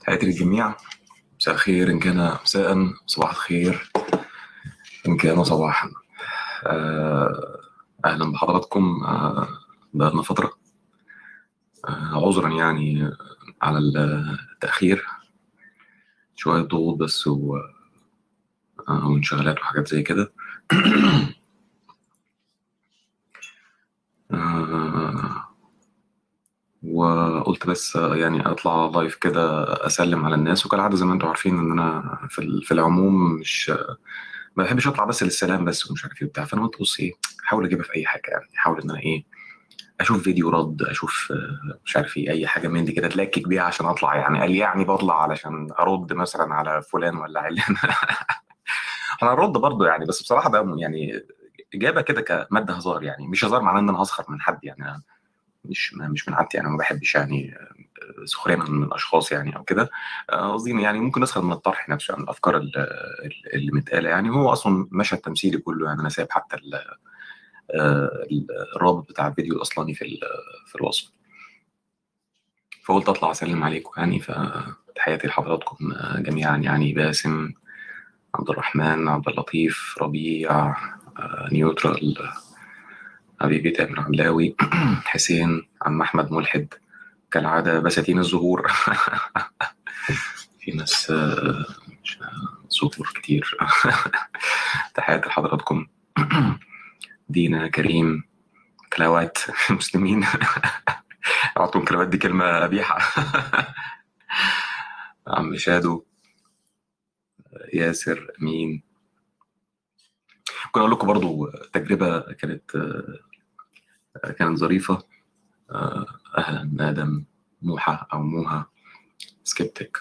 تحياتي للجميع. مساء الخير إن كان مساء، صباح الخير إن كان صباحا. آه، أهلا بحضراتكم. بقالنا فترة. عذرا يعني على التأخير، شوية ضغوط بس وانشغالات وحاجات زي كده. آه، وقلت بس يعني أطلع لايف كده أسلم على الناس، وكالعادة زي ما أنتم عارفين إن أنا في العموم مش ما بحبش أطلع بس للسلام بس ومش عارف إيه وبتاع. فأنا قلت بص إيه، أحاول أجيبها في أي حاجة، يعني أحاول إن أنا إيه، اشوف فيديو رد، اشوف مش عارف ايه، اي حاجه من دي كده اتلكك بيها عشان اطلع. يعني قال يعني بطلع علشان ارد مثلا على فلان ولا علان. انا ارد برضه يعني، بس بصراحه ده يعني اجابه كده كماده هزار، يعني مش هزار معناه ان انا هسخر من حد. يعني أنا مش من عادتي، يعني ما بحبش يعني سخريه من اشخاص يعني او كده. قصدي يعني ممكن نسخر من الطرح نفسه، يعني الافكار اللي متقاله. يعني هو اصلا مشهد تمثيلي كله، يعني انا سايب حتى آه، الرابط بتاع الفيديو الاصلاني في الوصف. فقلت اطلع اسلم عليكم يعني. فتحياتي لحضراتكم جميعا، يعني باسم، عبد الرحمن، عبد اللطيف، ربيع، نيوترال، حبيبي تامر عبلاوي، حسين، عم احمد ملحد، كالعاده بساتين الزهور. في ناس صوت كتير. تحياتي لحضراتكم. دينا، كريم، كلاوات. مسلمين. اعطوا كلاوات دي كلمه قبيحه. عم شادو، ياسر، مين. ممكن اقول لكم برضو تجربه كانت ظريفه. اهلا ادم، موحى او موها، سكيبتك،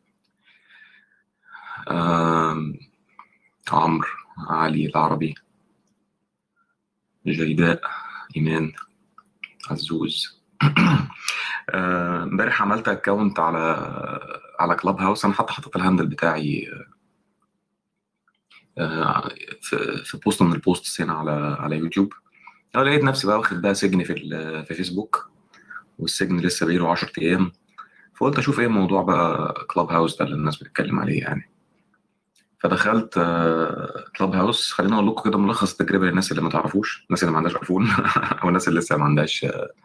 عمرو، علي العربي، جيداء، ايمان، عزوز. امبارح عملت اكونت على كلاب هاوس. انا حتى حطيت الهاندل بتاعي في بوست من البوستس هنا على يوتيوب. انا لقيت نفسي بقى واخد بقى سجن في فيسبوك، والسجن لسه بقاله 10 ايام. فقلت اشوف ايه الموضوع بقى كلاب هاوس ده اللي الناس بتتكلم عليه يعني. فدخلت كلاب هاوس. خليني اقول لكم كده ملخص التجربه للناس اللي ما تعرفوش، الناس اللي ما عندهاش ايفون. او الناس اللي لسه ما عندهاش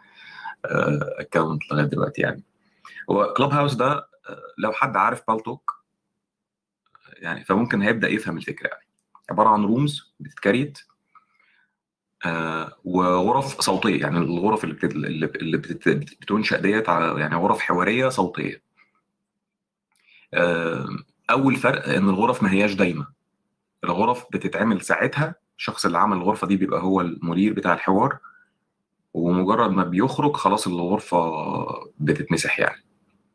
اكونت لغايه دلوقتي يعني. هو كلاب هاوس ده لو حد عارف بالتوك يعني فممكن هيبدا يفهم الفكره. يعني عباره عن رومز بتتكريت، وغرف صوتيه. يعني الغرف بتنشأ ديت يعني غرف حواريه صوتيه. آه، اول فرق ان الغرف ما هياش دايمه. الغرف بتتعمل ساعتها، الشخص اللي عمل الغرفه دي بيبقى هو المدير بتاع الحوار، ومجرد ما بيخرج خلاص الغرفه بتتمسح يعني.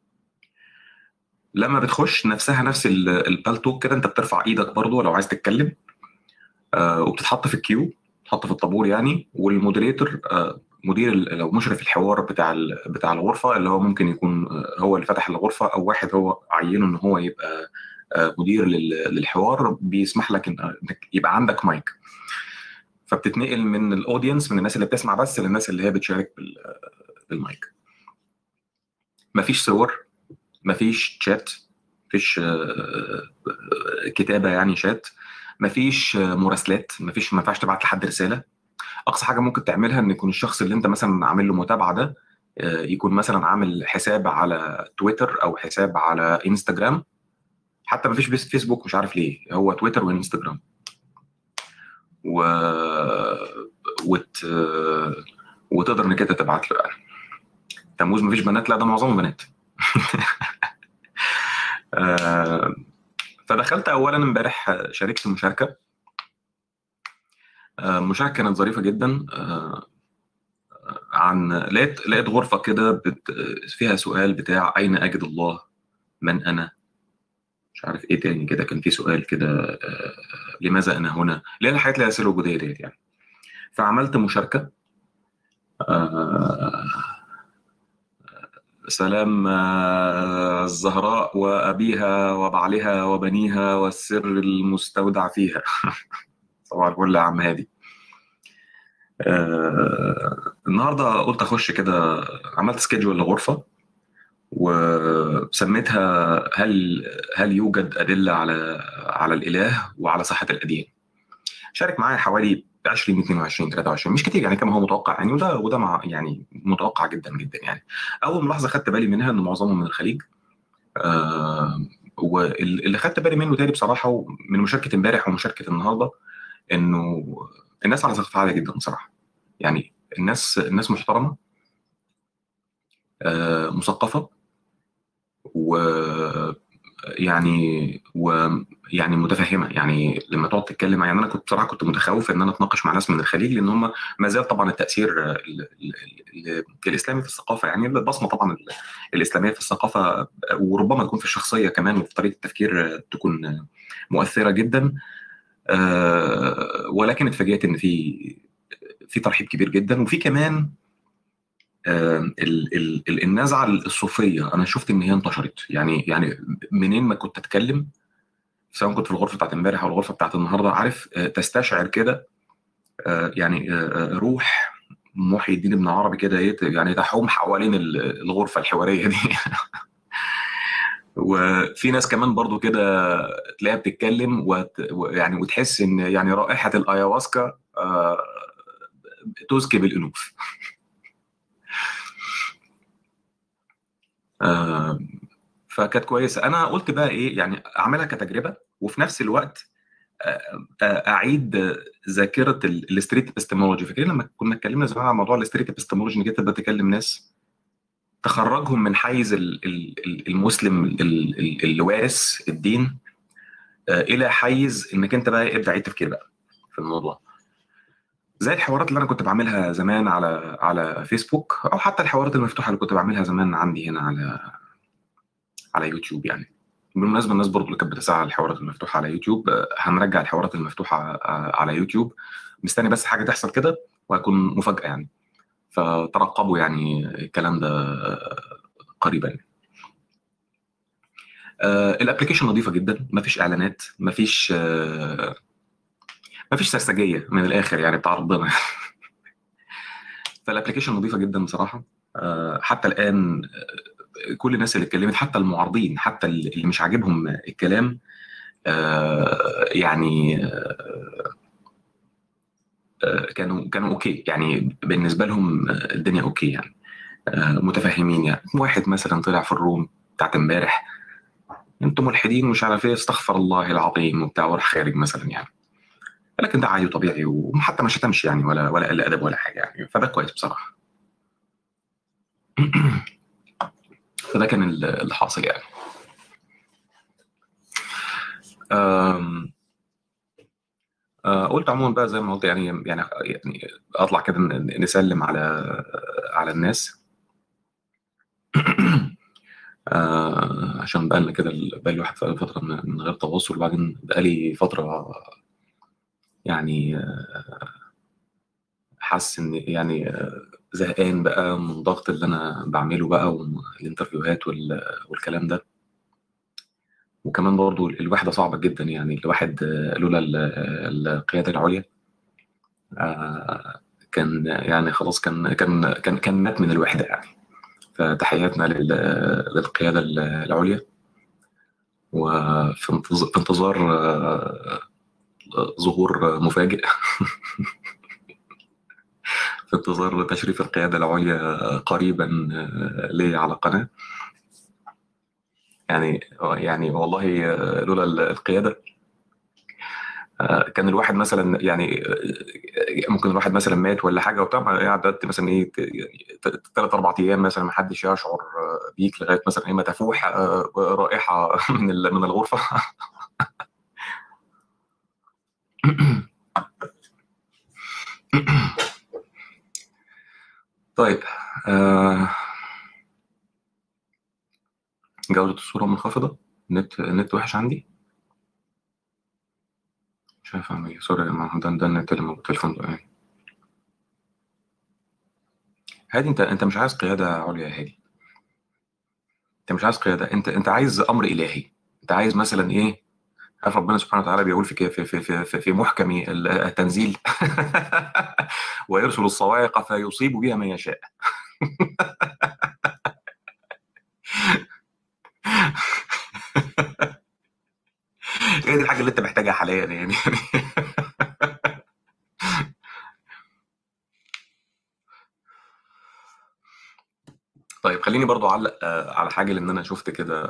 لما بتخش نفسها نفس البالتوك كده، انت بترفع ايدك برضو لو عايز تتكلم، وبتتحط في الكيو، تحط في الطابور يعني. والمودريتور مدير لو مشرف الحوار بتاع الغرفه، اللي هو ممكن يكون هو اللي فتح الغرفه، او واحد هو عينه ان هو يبقى مدير للحوار، بيسمح لك انك يبقى عندك مايك. فبتتنقل من الاودينس، من الناس اللي بتسمع بس، للناس اللي هي بتشارك بالمايك. مفيش صور، مفيش شات، مفيش كتابه يعني شات، مفيش مراسلات، مفيش، ما ينفعش تبعت لحد رساله. اقصى حاجه ممكن تعملها ان يكون الشخص اللي انت مثلا عامل له متابعه ده يكون مثلا عامل حساب على تويتر او حساب على انستجرام. حتى مفيش فيسبوك، مش عارف ليه، هو تويتر وانستجرام. و... وت... وتقدر انك انت تبعت له يعني. تموز مفيش بنات؟ لا، ده معظمه بنات. آه، فدخلت اولا امبارح، شاركت مشاركه. مشاركه كانت ظريفه جدا. لقيت غرفه كده فيها سؤال بتاع اين اجد الله، من انا، مش عارف ايه تاني كده. كان في سؤال كده لماذا انا هنا، اللي هي الحاجات اللي هي الاسئله الوجوديه ديت يعني. فعملت مشاركه. آه، سلام الزهراء وابيها وبعلها وبنيها والسر المستودع فيها. صباح الفل يا عم هادي. النهارده قلت اخش كده، عملت سكيدجول لغرفه، وسميتها هل يوجد أدلة على الإله وعلى صحة الأديان. شارك معايا حوالي 20 22 23، مش كتير يعني كما هو متوقع يعني، وده مع يعني متوقع جدا جدا يعني. اول ملاحظه خدت بالي منها ان معظمهم من الخليج. آه واللي خدت بالي منه تاني بصراحه من مشاركه امبارح ومشاركه النهارده، انه الناس على ثقافه عاليه جدا بصراحه. يعني الناس محترمه، مثقفه، و ويعني متفهمه. يعني لما تقعد تتكلم، يعني انا كنت بصراحه كنت متخوف ان انا اتناقش مع ناس من الخليج، لان هم ما زال طبعا التاثير الاسلامي في الثقافه، يعني البصمه طبعا الاسلاميه في الثقافه، وربما تكون في الشخصيه كمان وفي طريقه التفكير تكون مؤثره جدا. ولكن اتفاجئت ان في ترحيب كبير جدا، وفي كمان النزعه الصوفيه. انا شفت ان هي انتشرت، يعني منين ما كنت اتكلم، سواء كنت في الغرفه بتاعت امبارح او الغرفه بتاعت النهارده، عارف تستشعر كده يعني روح محي الدين ابن عربي كده، يعني تحوم حوالين الغرفه الحواريه دي. وفي ناس كمان برضو كده تلاقيها بتتكلم يعني وتحس ان يعني رائحه الايواسكا تسكب الانوف. آه، فكانت كويسه. انا قلت بقى ايه يعني اعملها كتجربه، وفي نفس الوقت اعيد ذاكره الستريت ابستمولوجي. فاكرين لما كنا اتكلمنا زمان عن موضوع الستريت ابستمولوجي، انك تبدا تكلم ناس تخرجهم من حيز المسلم اللي وارث الدين، الى حيز انك انت بقى ابدا عيد تفكير بقى في الموضوع. زي الحوارات اللي انا كنت بعملها زمان على فيسبوك، او حتى الحوارات المفتوحه اللي كنت بعملها زمان عندي هنا على يوتيوب يعني. بالمناسبه الناس برضو اللي كانت بتسأل على الحوارات المفتوحه على يوتيوب، هنرجع الحوارات المفتوحه على يوتيوب. مستني بس حاجه تحصل كده وهيكون مفاجاه يعني، فترقبوا يعني الكلام ده قريبا. الابلكيشن نظيفه جدا، مفيش اعلانات، مفيش سرسجيه من الاخر يعني بتاع ربنا. فالابلكيشن نظيفه جدا بصراحه. حتى الان كل الناس اللي اتكلمت، حتى المعارضين، حتى اللي مش عاجبهم الكلام، يعني كانوا اوكي يعني، بالنسبه لهم الدنيا اوكي يعني. متفهمين يعني. واحد مثلا طلع في الروم بتاعت امبارح، انتم ملحدين ومش عارف ايه، استغفر الله العظيم وبتاع، وراح خارج مثلا يعني. لكن ده عادي وطبيعي، وحتى ما شتمش يعني، ولا قل ادب ولا حاجه يعني، فده كويس بصراحه. فده كان اللي حاصل يعني. آم، قلت عموما بقى زي ما قلت يعني اطلع كده نسلم على الناس. عشان بقى لنا كده، بقى لي واحد فتره من غير تواصل، وبعدين بقى لي فتره يعني حاسس ان يعني زهقان بقى من الضغط اللي انا بعمله بقى، والانترفيوهات والكلام ده. وكمان برضو الوحده صعبه جدا يعني. الواحد لولا القياده العليا كان يعني خلاص، كان مات من الوحده يعني. فتحياتنا للقياده العليا، في انتظار ظهور مفاجئ. في انتظار تشريف القيادة العليا قريبا لي على قناة. يعني والله لولا القيادة كان الواحد مثلا يعني ممكن الواحد مثلا مات ولا حاجة وبتاع، قعدت مثلا ايه 3 4 ايام مثلا ما حدش يشعر بيك، لغاية مثلا ايه ما تفوح رائحة من الغرفة. طيب. آه، جودة الصورة منخفضة. النت وحش عندي، مش عارف اعمل ايه. سوري، ما هو ده النت اللي موجود التليفون ده يعني. هادي، انت مش عايز قيادة عليا يا هادي. انت مش عايز قيادة، انت عايز امر الهي. انت عايز مثلا ايه؟ عارف ربنا سبحانه وتعالى بيقول في محكم التنزيل. ويرسل الصواعق فيصيب بها من يشاء. هي دي الحاجه اللي انت محتاجها حاليا يعني. طيب خليني برضو اعلق على حاجه، لان انا شفت كده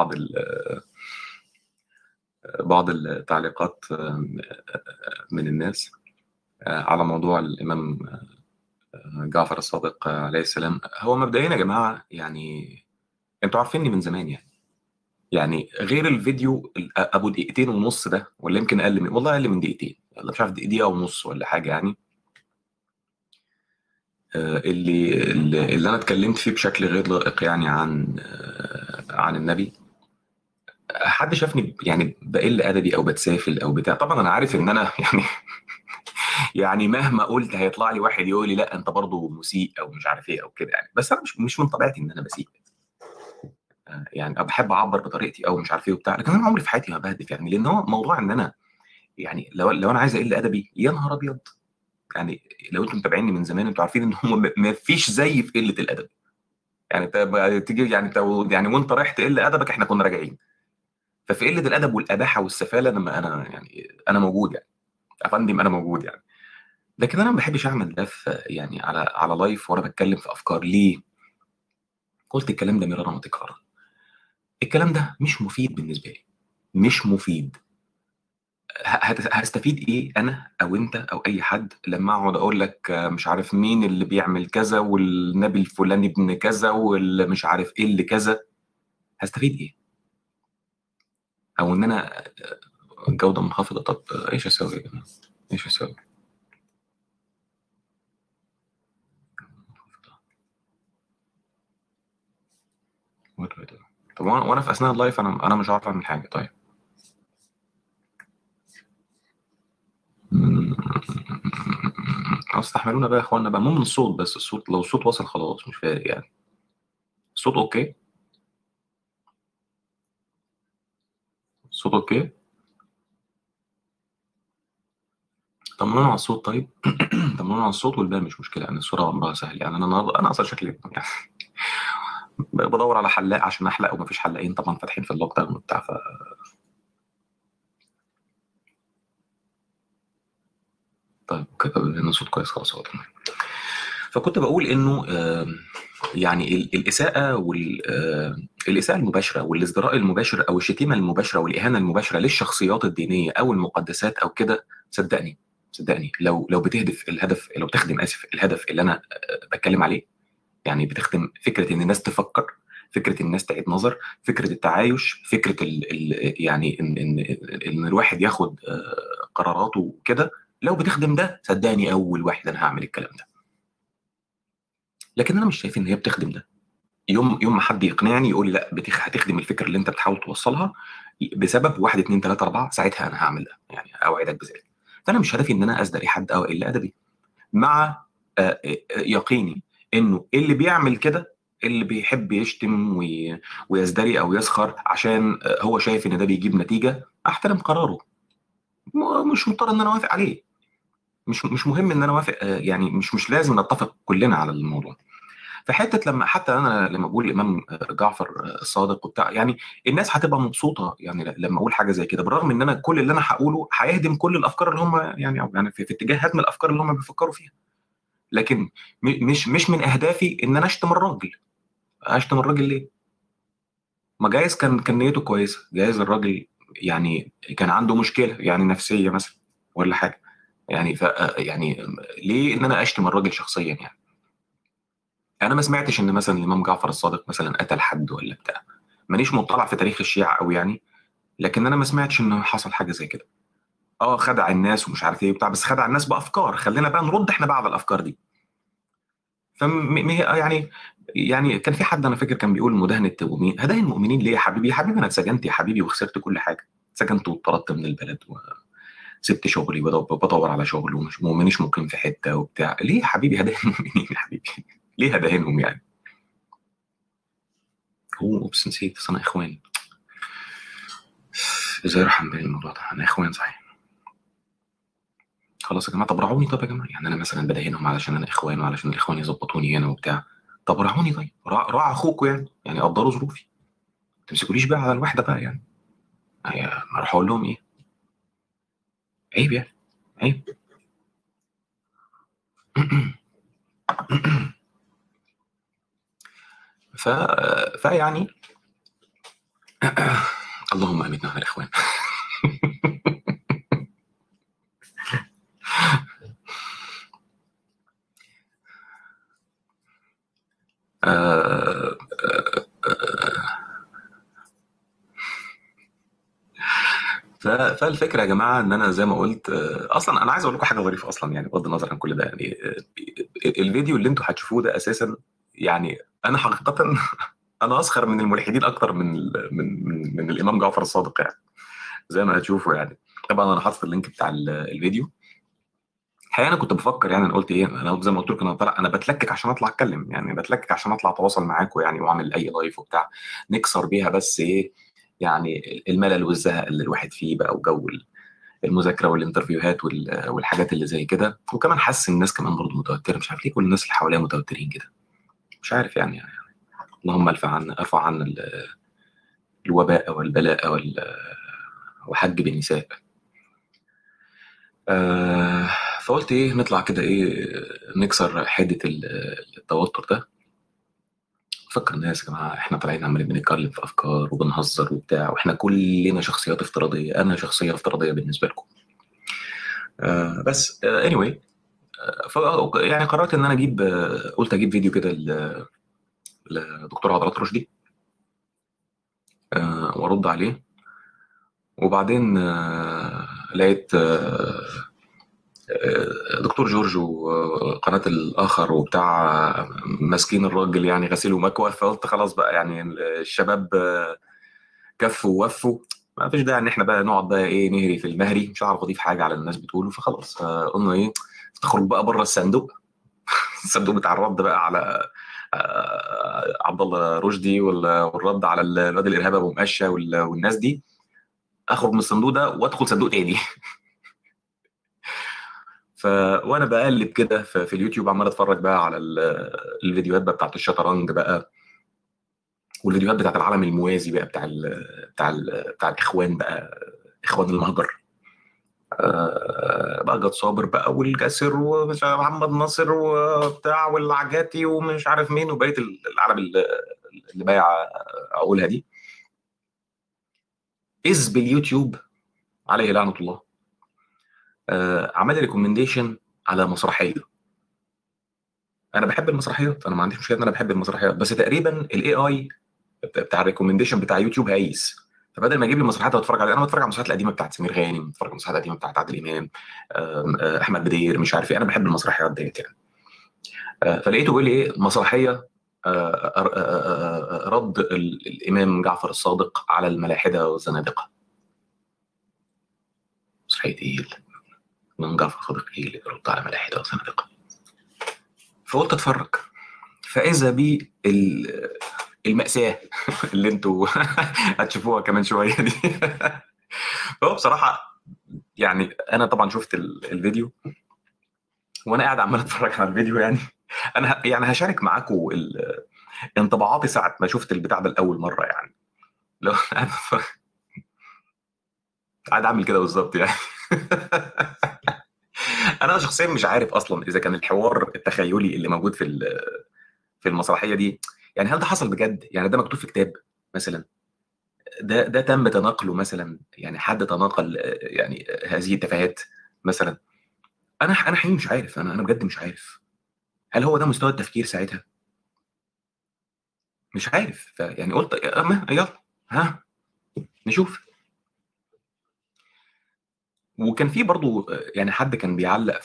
بعض التعليقات من الناس على موضوع الامام جعفر الصادق عليه السلام. هو مبدئيا يا جماعه يعني انتوا عارفيني من زمان يعني، يعني غير الفيديو ابو دقيقتين ونص ده، ولا يمكن اقل من، والله اقل من دقيقتين، ولا مش عارف دقيقه ونص ولا حاجه يعني، اللي انا اتكلمت فيه بشكل غير لائق يعني عن النبي. حد شافني يعني بقل ادبي او بتسافل او بتاع؟ طبعا انا عارف ان انا يعني يعني مهما قلت هيطلع لي واحد يقول لي لا انت برضه مسيء او مش عارف ايه او كده يعني، بس انا مش من طبيعتي ان انا بسيء يعني، بحب اعبر بطريقتي او مش عارف ايه وبتاع، لكن انا عمري في حياتي ما بهدف يعني، لان هو موضوع ان انا يعني لو انا عايز اقل ادبي يا نهار ابيض يعني. لو انتم متابعيني من زمان انتوا عارفين ان هم ما فيش زي في قله الادب يعني. انت تيجي يعني يعني وانت رايح تقل ادبك احنا كنا راجعين. ففي قله الادب والاباحه والسفاله انا يعني انا موجود يعني، افندم انا موجود يعني. لكن انا ما بحبش اعمل ده في يعني على لايف وانا بتكلم في افكار. ليه؟ قلت الكلام ده مرارا وتكرارا، الكلام ده مش مفيد بالنسبه لي، مش مفيد. هستفيد ايه انا او انت او اي حد لما اقعد اقول لك مش عارف مين اللي بيعمل كذا والنبي الفلاني ابن كذا واللي مش عارف ايه اللي كذا؟ هستفيد ايه؟ او ان انا جوده منخفضه. طب ايش اسوي يا جماعه؟ ايش اسوي؟ طب وانا في اثناء اللايف انا مش عارف اعمل حاجه. طيب استحملونا بقى يا اخوانا بقى، مو من الصوت بس، الصوت لو الصوت وصل خلاص مش فارق يعني. الصوت اوكي؟ الصوت اوكي؟ طمنونا على الصوت طيب. طمنونا على الصوت والباقي مش مشكله يعني، الصوره امرها سهل يعني. انا النهارده انا اصلا شكلي يعني بدور على حلاق عشان احلق، ومفيش حلاقين طبعا فاتحين في اللوك داون وبتاع طيب كده لان الصوت كويس خلاص هو تمام. فكنت بقول انه يعني الاساءه الاساءه المباشره والازدراء المباشر او الشتيمه المباشره والاهانه المباشره للشخصيات الدينيه او المقدسات او كده، صدقني صدقني لو بتهدف الهدف، لو بتخدم اسف الهدف اللي انا بتكلم عليه، يعني بتخدم فكره ان الناس تفكر، فكره الناس تعيد نظر، فكره التعايش، فكره يعني ان الواحد ياخد قراراته كده. لو بتخدم ده صدقني اول واحد انا هعمل الكلام ده. لكن انا مش شايف ان هي بتخدم ده. يوم ما حد يقنعني يقول لي لا هتخدم الفكره اللي انت بتحاول توصلها بسبب واحد اتنين تلاته اربعه، ساعتها انا هعمل ده يعني، اوعدك بذلك. فانا مش هدفي ان انا ازدري حد او اقل ادبي، مع يقيني انه اللي بيعمل كده، اللي بيحب يشتم ويزدري او يسخر عشان هو شايف ان ده بيجيب نتيجه، احترم قراره. مش مضطر ان انا اوافق عليه، مش مهم ان انا اوافق يعني مش لازم نتفق كلنا على الموضوع. فحته لما حتى انا لما بقول الامام جعفر الصادق وبتاع يعني، الناس هتبقى مبسوطه يعني لما اقول حاجه زي كده، بالرغم ان انا كل اللي انا هقوله هيهدم كل الافكار اللي هم يعني، أو يعني في اتجاه هدم الافكار اللي هم بيفكروا فيها. لكن مش من اهدافي ان انا اشتم الراجل. اشتم الراجل ليه؟ ما جايز كان نيته كويسه، جايز الراجل يعني كان عنده مشكله يعني نفسيه مثلا ولا حاجه يعني. يعني ليه ان انا اشتم الراجل شخصيا يعني؟ انا ما سمعتش ان مثلا الامام جعفر الصادق مثلا قتل حد ولا بتاع. مانيش مطلع في تاريخ الشيعة قوي يعني، لكن انا ما سمعتش ان حصل حاجه زي كده. اه خدع الناس ومش عارف ايه وبتاع، بس خدع الناس بافكار، خلينا بقى نرد احنا بقى على الافكار دي. يعني يعني كان في حد انا فاكر كان بيقول مداهنه المؤمنين، هدايا المؤمنين ليه يا حبيبي؟ يا حبيبي انا اتسجنت يا حبيبي وخسرت كل حاجه، اتسجنت واتطردت من البلد وسبت شغلي، بدور على شغل ومش مقيم في حته وبتاع. ليه يا حبيبي هدايا المؤمنين يا حبيبي؟ ليه هداينهم يعني؟ هو اوبس نسيت، اصل انا اخوان. ازاي راح عن بالي الموضوع ده؟ انا اخوان صحيح. خلاص يا جماعه، طب راعوني طب يا جماعه، يعني انا مثلا بدهنهم علشان انا اخوان وعلشان الاخوان يظبطوني هنا وبتاع. طب راعوني طيب، راع اخوكم يعني قدروا ظروفي. ما تمسكوليش بقى على الواحده بقى يعني. ما اروح اقول لهم ايه؟ عيب يعني، عيب. ف... فيعني اللهم امين على الاخوان. آه، فالفكره يا جماعه ان انا زي ما قلت، اصلا انا عايز اقول لكم حاجه ظريفه اصلا، يعني بغض النظر عن كل ده، يعني الفيديو اللي انتوا هتشوفوه ده اساسا، يعني انا حقيقه انا اسخر من الملحدين اكتر من الامام جعفر الصادق يعني، زي ما هتشوفوا يعني. طبعا انا حاطط اللينك بتاع الفيديو. الحقيقه انا كنت بفكر، يعني انا قلت ايه، انا زي ما قلت لكم انا طالع، انا بتلكك عشان اطلع اتكلم، يعني بتلكك عشان اطلع اتواصل معاكم يعني، واعمل اي لايف وبتاع، نكسر بيها بس ايه، يعني الملل والزهق اللي الواحد فيه بقى، وجو المذاكره والانترفيوهات والحاجات اللي زي كده. وكمان حاسس الناس كمان برضه متوتره، مش عارف ليه كل الناس اللي حواليا متوترين كده، مش عارف يعني. اللهم ارفع عنا الوباء والبلاء وحج بالنساء. آه فقلت ايه، نطلع كده ايه، نكسر حده التوتر ده. فكر الناس يا جماعه، احنا طالعين عمالين بنتكلم في افكار وبنهزر وبتاع، واحنا كلنا شخصيات افتراضيه، انا شخصيه افتراضيه بالنسبه لكم. بس anyway، ف يعني قررت ان انا اجيب، قلت اجيب فيديو كده لدكتور عضلات رشدي، وارد عليه. وبعدين لقيت دكتور جورج وقناة الآخر وبتاع، ماسكين الراجل يعني غسيل ومكوى. فقلت خلاص بقى، يعني الشباب كفوا ووفوا، ما فيش داعي ان احنا بقى نقعد بقى ايه نهري في المهري، مش هعرف اضيف حاجه على الناس بتقوله. فخلاص قلنا ايه، تخرج بقى بره الصندوق. الصندوق بتاع الرد بقى على عبد الله رشدي، والرد على الواد الارهابي ابو مقشه والناس دي. اخرج من الصندوق ده وادخل صندوق تاني. ف وانا بقلب كده في اليوتيوب، عمال اتفرج بقى على الفيديوهات بقى بتاعت الشطرنج بقى، والفيديوهات بتاعت العالم الموازي بقى بتاع الاخوان بقى، اخوان المهجر. بقى جاد صابر بقى والجاسر ومش عارف محمد ناصر وبتاع والعجاتي ومش عارف مين، وبقيه العالم اللي بايع اقولها دي، اذ باليوتيوب عليه لعنه الله عمل لي ريكومنديشن على مسرحيه. انا بحب المسرحيات، انا ما عنديش مشكله ان انا بحب المسرحيات، بس تقريبا الاي اي بتاع الريكومنديشن بتاع يوتيوب هايس. فبدل ما اجيب لي مسرحيات اتفرج عليها، انا بتفرج على المسرحيات القديمه بتاعت سمير غانم، بتفرج على المسرحيات القديمه بتاعت عادل امام، احمد بدير، مش عارف ايه، انا بحب المسرحيات ديت يعني. فلقيته بيقول لي ايه، مسرحيه رد الامام جعفر الصادق على الملاحده والزنادقه. مسرحيه ايه الامام جعفر الصادق ايه اللي بيرد على ملاحده والزنادقه؟ فقلت اتفرج. فاذا بي المأساة اللي انتوا هتشوفوها كمان شوية دي. فهو بصراحة يعني انا طبعا شفت الفيديو، وانا قاعد عمال اتفرج على الفيديو يعني. انا يعني هشارك معاكم انطباعاتي ساعة ما شفت البتاع ده لأول مرة يعني. لو انا قاعد اعمل كده بالظبط يعني. انا شخصيا مش عارف اصلا اذا كان الحوار التخيلي اللي موجود في المسرحية دي، يعني هل ده حصل بجد؟ يعني ده مكتوب في كتاب مثلا؟ ده تم تناقله مثلا؟ يعني حد تناقل يعني هذه التفاهات مثلا؟ انا حقيقي مش عارف، انا بجد مش عارف. هل هو ده مستوى التفكير ساعتها؟ مش عارف. يعني قلت اما يلا، ها، نشوف. وكان في برضو يعني حد كان بيعلق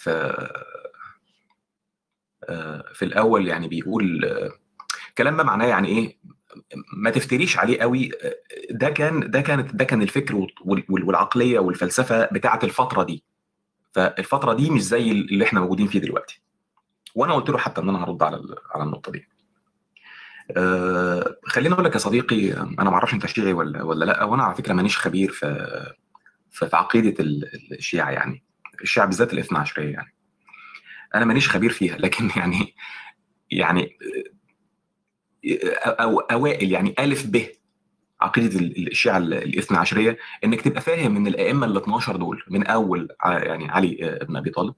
في الاول، يعني بيقول كلام ما معناه يعني ايه، ما تفتريش عليه قوي. ده كان الفكر والعقليه والفلسفه بتاعه الفتره دي. فالفتره دي مش زي اللي احنا موجودين فيه دلوقتي. وانا قلت له حتى ان انا هرد على النقطه دي. خليني اقول لك يا صديقي، انا ما اعرفش انت شيعي ولا لا، وانا على فكره مانيش خبير في عقيده الشيعه يعني، الشيعه بالذات الاثنا عشريه يعني. انا مانيش خبير فيها، لكن يعني او اوائل يعني الف ب عقيده الشيعه الاثنى عشريه، انك تبقى فاهم ان الائمه ال 12 دول من اول يعني علي بن ابي طالب،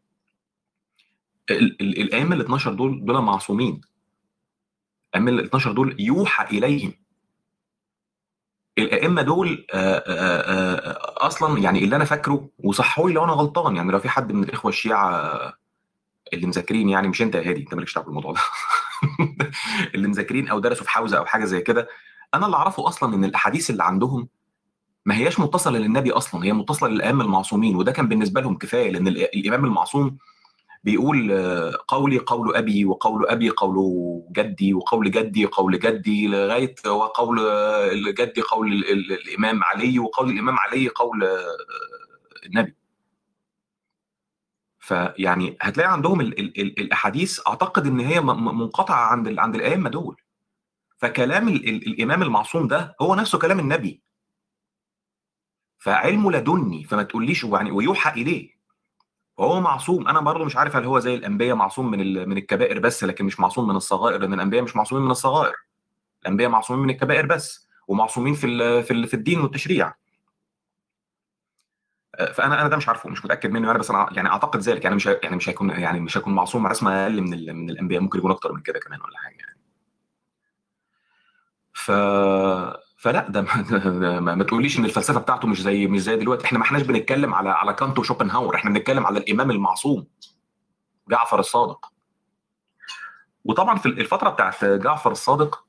الائمه ال 12 دول معصومين. الائمه ال 12 دول يوحى اليهم. الائمه دول اصلا يعني اللي انا فاكره، وصححوا لي لو انا غلطان، يعني لو في حد من الاخوه الشيعه اللي مذاكرين، يعني مش انت يا هادي، انت مالكش دعوه بالموضوع ده. اللي مذاكرين او درسوا في حوزه او حاجه زي كده، انا اللي اعرفه اصلا ان الاحاديث اللي عندهم ما هياش متصله للنبي اصلا، هي متصله للائمه المعصومين، وده كان بالنسبه لهم كفايه، لان الامام المعصوم بيقول قولي قول ابي، وقول ابي قول جدي، وقول جدي قول جدي، لغايه وقول جدي قول الامام علي، وقول الامام علي قول النبي. فيعني هتلاقي عندهم الاحاديث، اعتقد ان هي منقطعه عند الائمه دول. فكلام الامام المعصوم ده هو نفسه كلام النبي، فعلمه لدني، فما تقوليش يعني ويوحى اليه، وهو معصوم. انا برضه مش عارف هل هو زي الانبياء معصوم من الكبائر بس، لكن مش معصوم من الصغائر، لان الانبياء مش معصومين من الصغائر، الانبياء معصومين من الكبائر بس، ومعصومين في الدين والتشريع. فانا ده مش عارفه، مش متاكد منه يعني، بس انا يعني اعتقد ذلك، يعني مش هيكون معصوم رسمه اقل من الانبياء، ممكن يكون اكتر من كده كمان ولا حاجه يعني. ف فلا ده ما تقوليش ان الفلسفه بتاعته مش زي دلوقتي. احنا ما احناش بنتكلم على كانت وشوبنهاور، احنا بنتكلم على الامام المعصوم جعفر الصادق. وطبعا في الفتره بتاعت جعفر الصادق،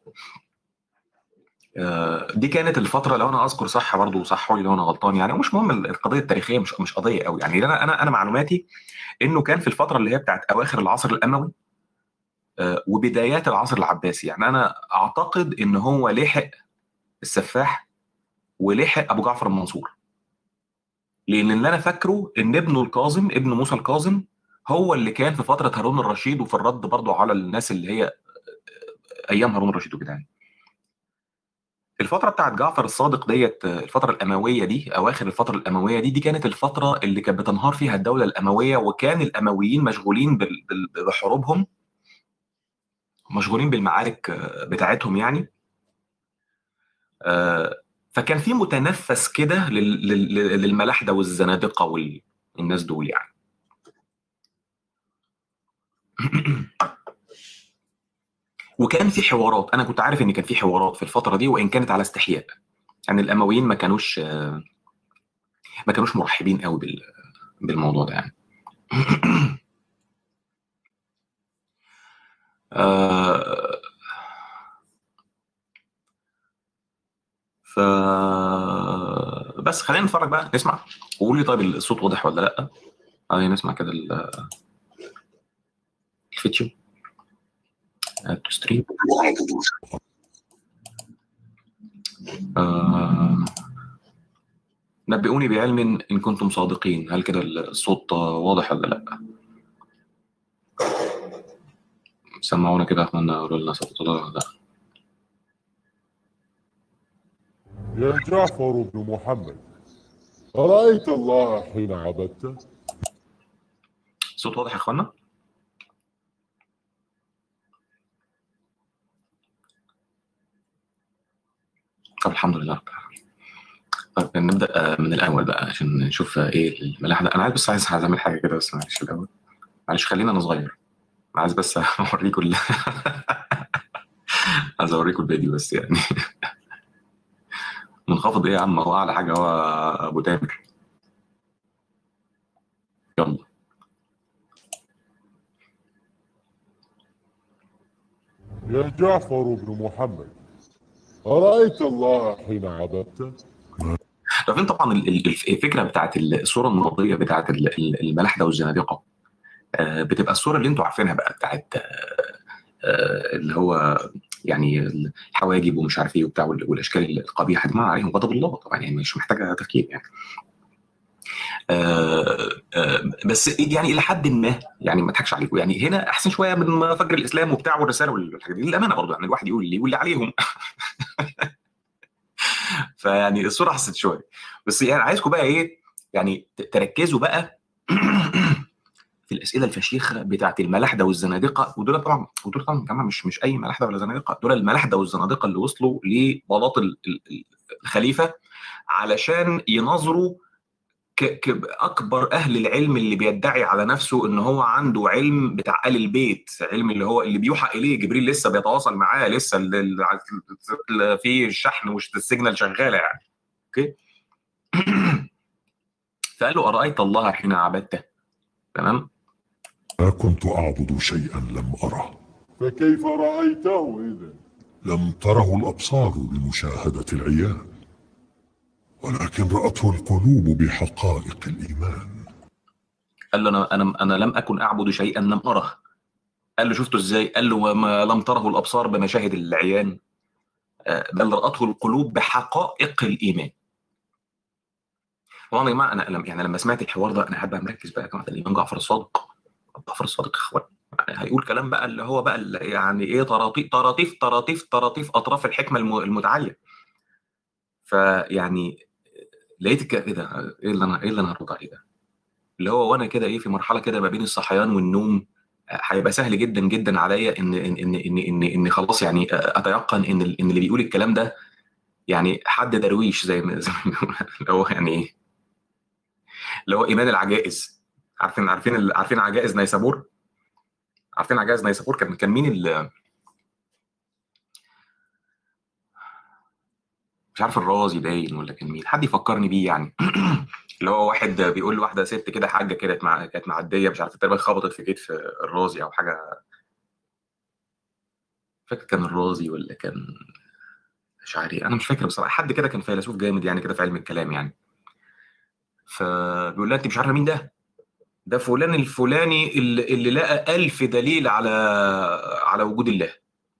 دي كانت الفتره، لو انا اذكر صح برضه، صحوا لي لو انا غلطان يعني، ومش مهم القضيه التاريخيه، مش قضيه قوي يعني. انا معلوماتي انه كان في الفتره اللي هي بتاعت اواخر العصر الاموي وبدايات العصر العباسي. يعني انا اعتقد ان هو لحق السفاح ولحق ابو جعفر المنصور، لان اللي انا فاكره ان ابنه الكاظم، ابن موسى الكاظم، هو اللي كان في فتره هارون الرشيد، وفي الرد برضه على الناس اللي هي ايام هارون الرشيد وكده يعني. الفتره بتاعت جعفر الصادق ديت، الفتره الامويه دي، اواخر الفتره الامويه دي كانت الفتره اللي كانت بتنهار فيها الدوله الامويه، وكان الامويين مشغولين بحروبهم، مشغولين بالمعارك بتاعتهم يعني. فكان في متنفس كده للملاحده والزنادقه والناس دول يعني. وكان في حوارات، انا كنت عارف ان كان في حوارات في الفتره دي، وان كانت على استحياء، يعني الامويين ما كانوش مرحبين قوي بالموضوع ده يعني. آه، ف بس خلينا نتفرج بقى، نسمع وقول لي طيب الصوت واضح ولا لا. نسمع كده الفيديو تو ستريم. نبئوني بعلم ان كنتم صادقين. هل كده الصوت واضح ولا لا؟ سمعونا كده يا اخوانا، قولوا لنا صوت ولا لا. يا جعفر بن محمد، أرأيت الله حين عبدته؟ الصوت واضح يا اخوانا؟ طب الحمد لله رب العالمين. طيب نبدا من الاول بقى عشان نشوف ايه الملاحه ده. انا عايز بس عايز اعمل حاجه كده بس، معلش الاول، معلش خلينا انا صغير. عايز بس اوريكم عايز اوريكم الفيديو بس يعني. منخفض ايه يا عم، هو اعلى حاجه هو ابو تامر. يلا. يا جعفر بن محمد، أرأيت الله حين عبدته؟ طب انت طبعا الفكره بتاعت الصوره النمطيه بتاعت الملاحده والزنادقه، بتبقى الصوره اللي انتوا عارفينها بقى بتاعت اللي هو يعني الحواجب ومش عارف ايه وبتاع، والاشكال القبيحه دي ما عليهم غضب الله طبعا، يعني مش محتاجه تفكير يعني. بس يعني الى حد ما، يعني ما اضحكش عليكم، يعني هنا احسن شويه من فجر الاسلام وبتاع والرساله والحاجات دي للامانه برضه، يعني الواحد يقول اللي عليهم. فيعني الصوره احسن شويه. بس يعني عايزكم بقى ايه، يعني تركزوا بقى في الاسئله الفشيخه بتاعت الملاحده والزنادقه، ودول طبعا جماعه مش اي ملاحده ولا زنادقه، دول الملاحده والزنادقه اللي وصلوا لبلاط الخليفه علشان يناظروا كأكبر أهل العلم اللي بيدعي على نفسه إن هو عنده علم بتاع آل البيت، علم اللي هو اللي بيوحى إليه جبريل لسه بيتواصل معاه، لسه في الشحن والسيجنال شغالة يعني. أوكي. فقال له أرأيت الله حين عبدته. تمام. ما كنت أعبد شيئا لم أره. فكيف رأيته إذا؟ لم تره الأبصار بمشاهدة العيان، ولكن رأته القلوب بحقائق الإيمان. قال له أنا لم أكن أعبد شيئا لم أره. قال له شفته إزاي؟ قال له ما لم تره الأبصار بمشاهد العيان، بل رأته القلوب بحقائق الإيمان. طبعا يا جماعه انا يعني لما سمعت الحوار ده انا هبقى مركز بقى يا جماعه. الامام جعفر الصادق، جعفر الصادق اخوان، يعني هيقول كلام بقى اللي هو بقى يعني ايه، طراطيف طراطيف طراطيف طراطيف اطراف الحكمه المتعاليه. فيعني لقيت ايه ده، ايه اللي انا هرد عليه ده، اللي هو وانا كده ايه في مرحله كده ما بين الصحيان والنوم، هيبقى سهل جدا جدا عليا ان خلاص يعني اتيقن ان اللي بيقول الكلام ده يعني حد درويش زي ما اللي هو يعني ايه، اللي هو ايمان العجائز. عارفين عجائز نيسابور؟ عارفين عجائز نيسابور؟ كان مين مش عارف، الرازي باين ولا كان مين، حد يفكرني بيه يعني. اللي هو واحد بيقول لواحده ست كده، حاجه كده كانت معديه مش عارف تقريبا خبطت في كتف الرازي او حاجه، فاكر كان الرازي ولا كان مش عارف، انا مش فاكر بصراحه، حد كده كان فيلسوف جامد يعني كده في علم الكلام يعني. فبيقول لها انت مش عارفه مين ده؟ ده فلان الفلاني اللي لقى 1000 دليل على وجود الله.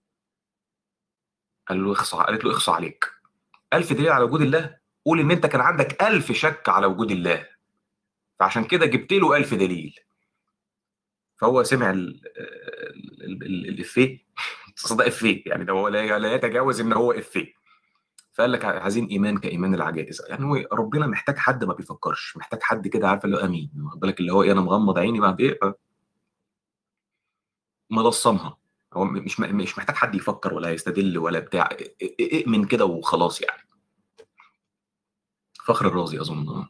قالت له اخصى عليك، 1000 دليل على وجود الله؟ قول ان انت كان عندك 1000 شك على وجود الله، فعشان كده جبت له 1000 دليل. فهو سمع الافيه. ده افيه يعني، ده هو لا يتجاوز ان هو افيه. فقال لك عايزين ايمان كايمان العجائز. يعني هو ربنا محتاج حد ما بيفكرش، محتاج حد كده عارف اللي هو امين، واخد بالك اللي هو ايه، انا مغمض عيني بعد ايه ملصمها. هو مش محتاج حد يفكر ولا يستدل ولا بتاع، اؤمن كده وخلاص يعني. فخر الرازي اظن.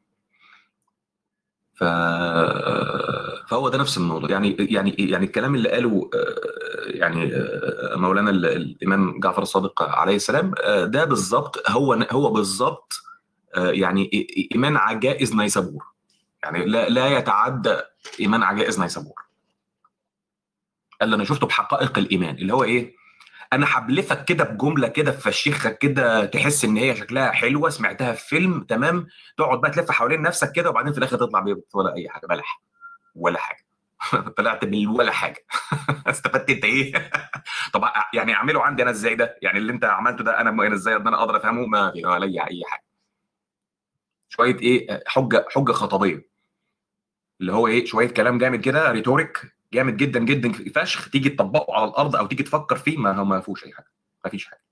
ف... فهو ده نفس الموضوع يعني الكلام اللي قاله يعني مولانا الامام جعفر الصادق عليه السلام، ده بالظبط هو بالظبط يعني ايمان عجائز نيسابور. يعني لا يتعدى ايمان عجائز نيسابور. قال انا شفته بحقائق الايمان اللي هو ايه، انا حبلفك كده بجمله كده فشيخك كده تحس ان هي شكلها حلوه، سمعتها في فيلم تمام، تقعد بقى تلف حوالين نفسك كده وبعدين في الاخر تطلع بيه ولا اي حاجه، بلح ولا حاجه. طلعت ولا حاجه. استفدت انت ايه؟ طب يعني اعمله عندي انا ازاي ده؟ يعني اللي انت عملته ده انا ازاي ان انا اقدر افهمه؟ ما في ولا اي حاجه. شويه ايه، حجه خطابيه، اللي هو ايه، شويه كلام جامد كده ريتوريك جامد جدا جدا فشخ، تيجي تطبقه على الارض او تيجي تفكر فيه ما فيهوش اي حاجه، ما فيش حاجه.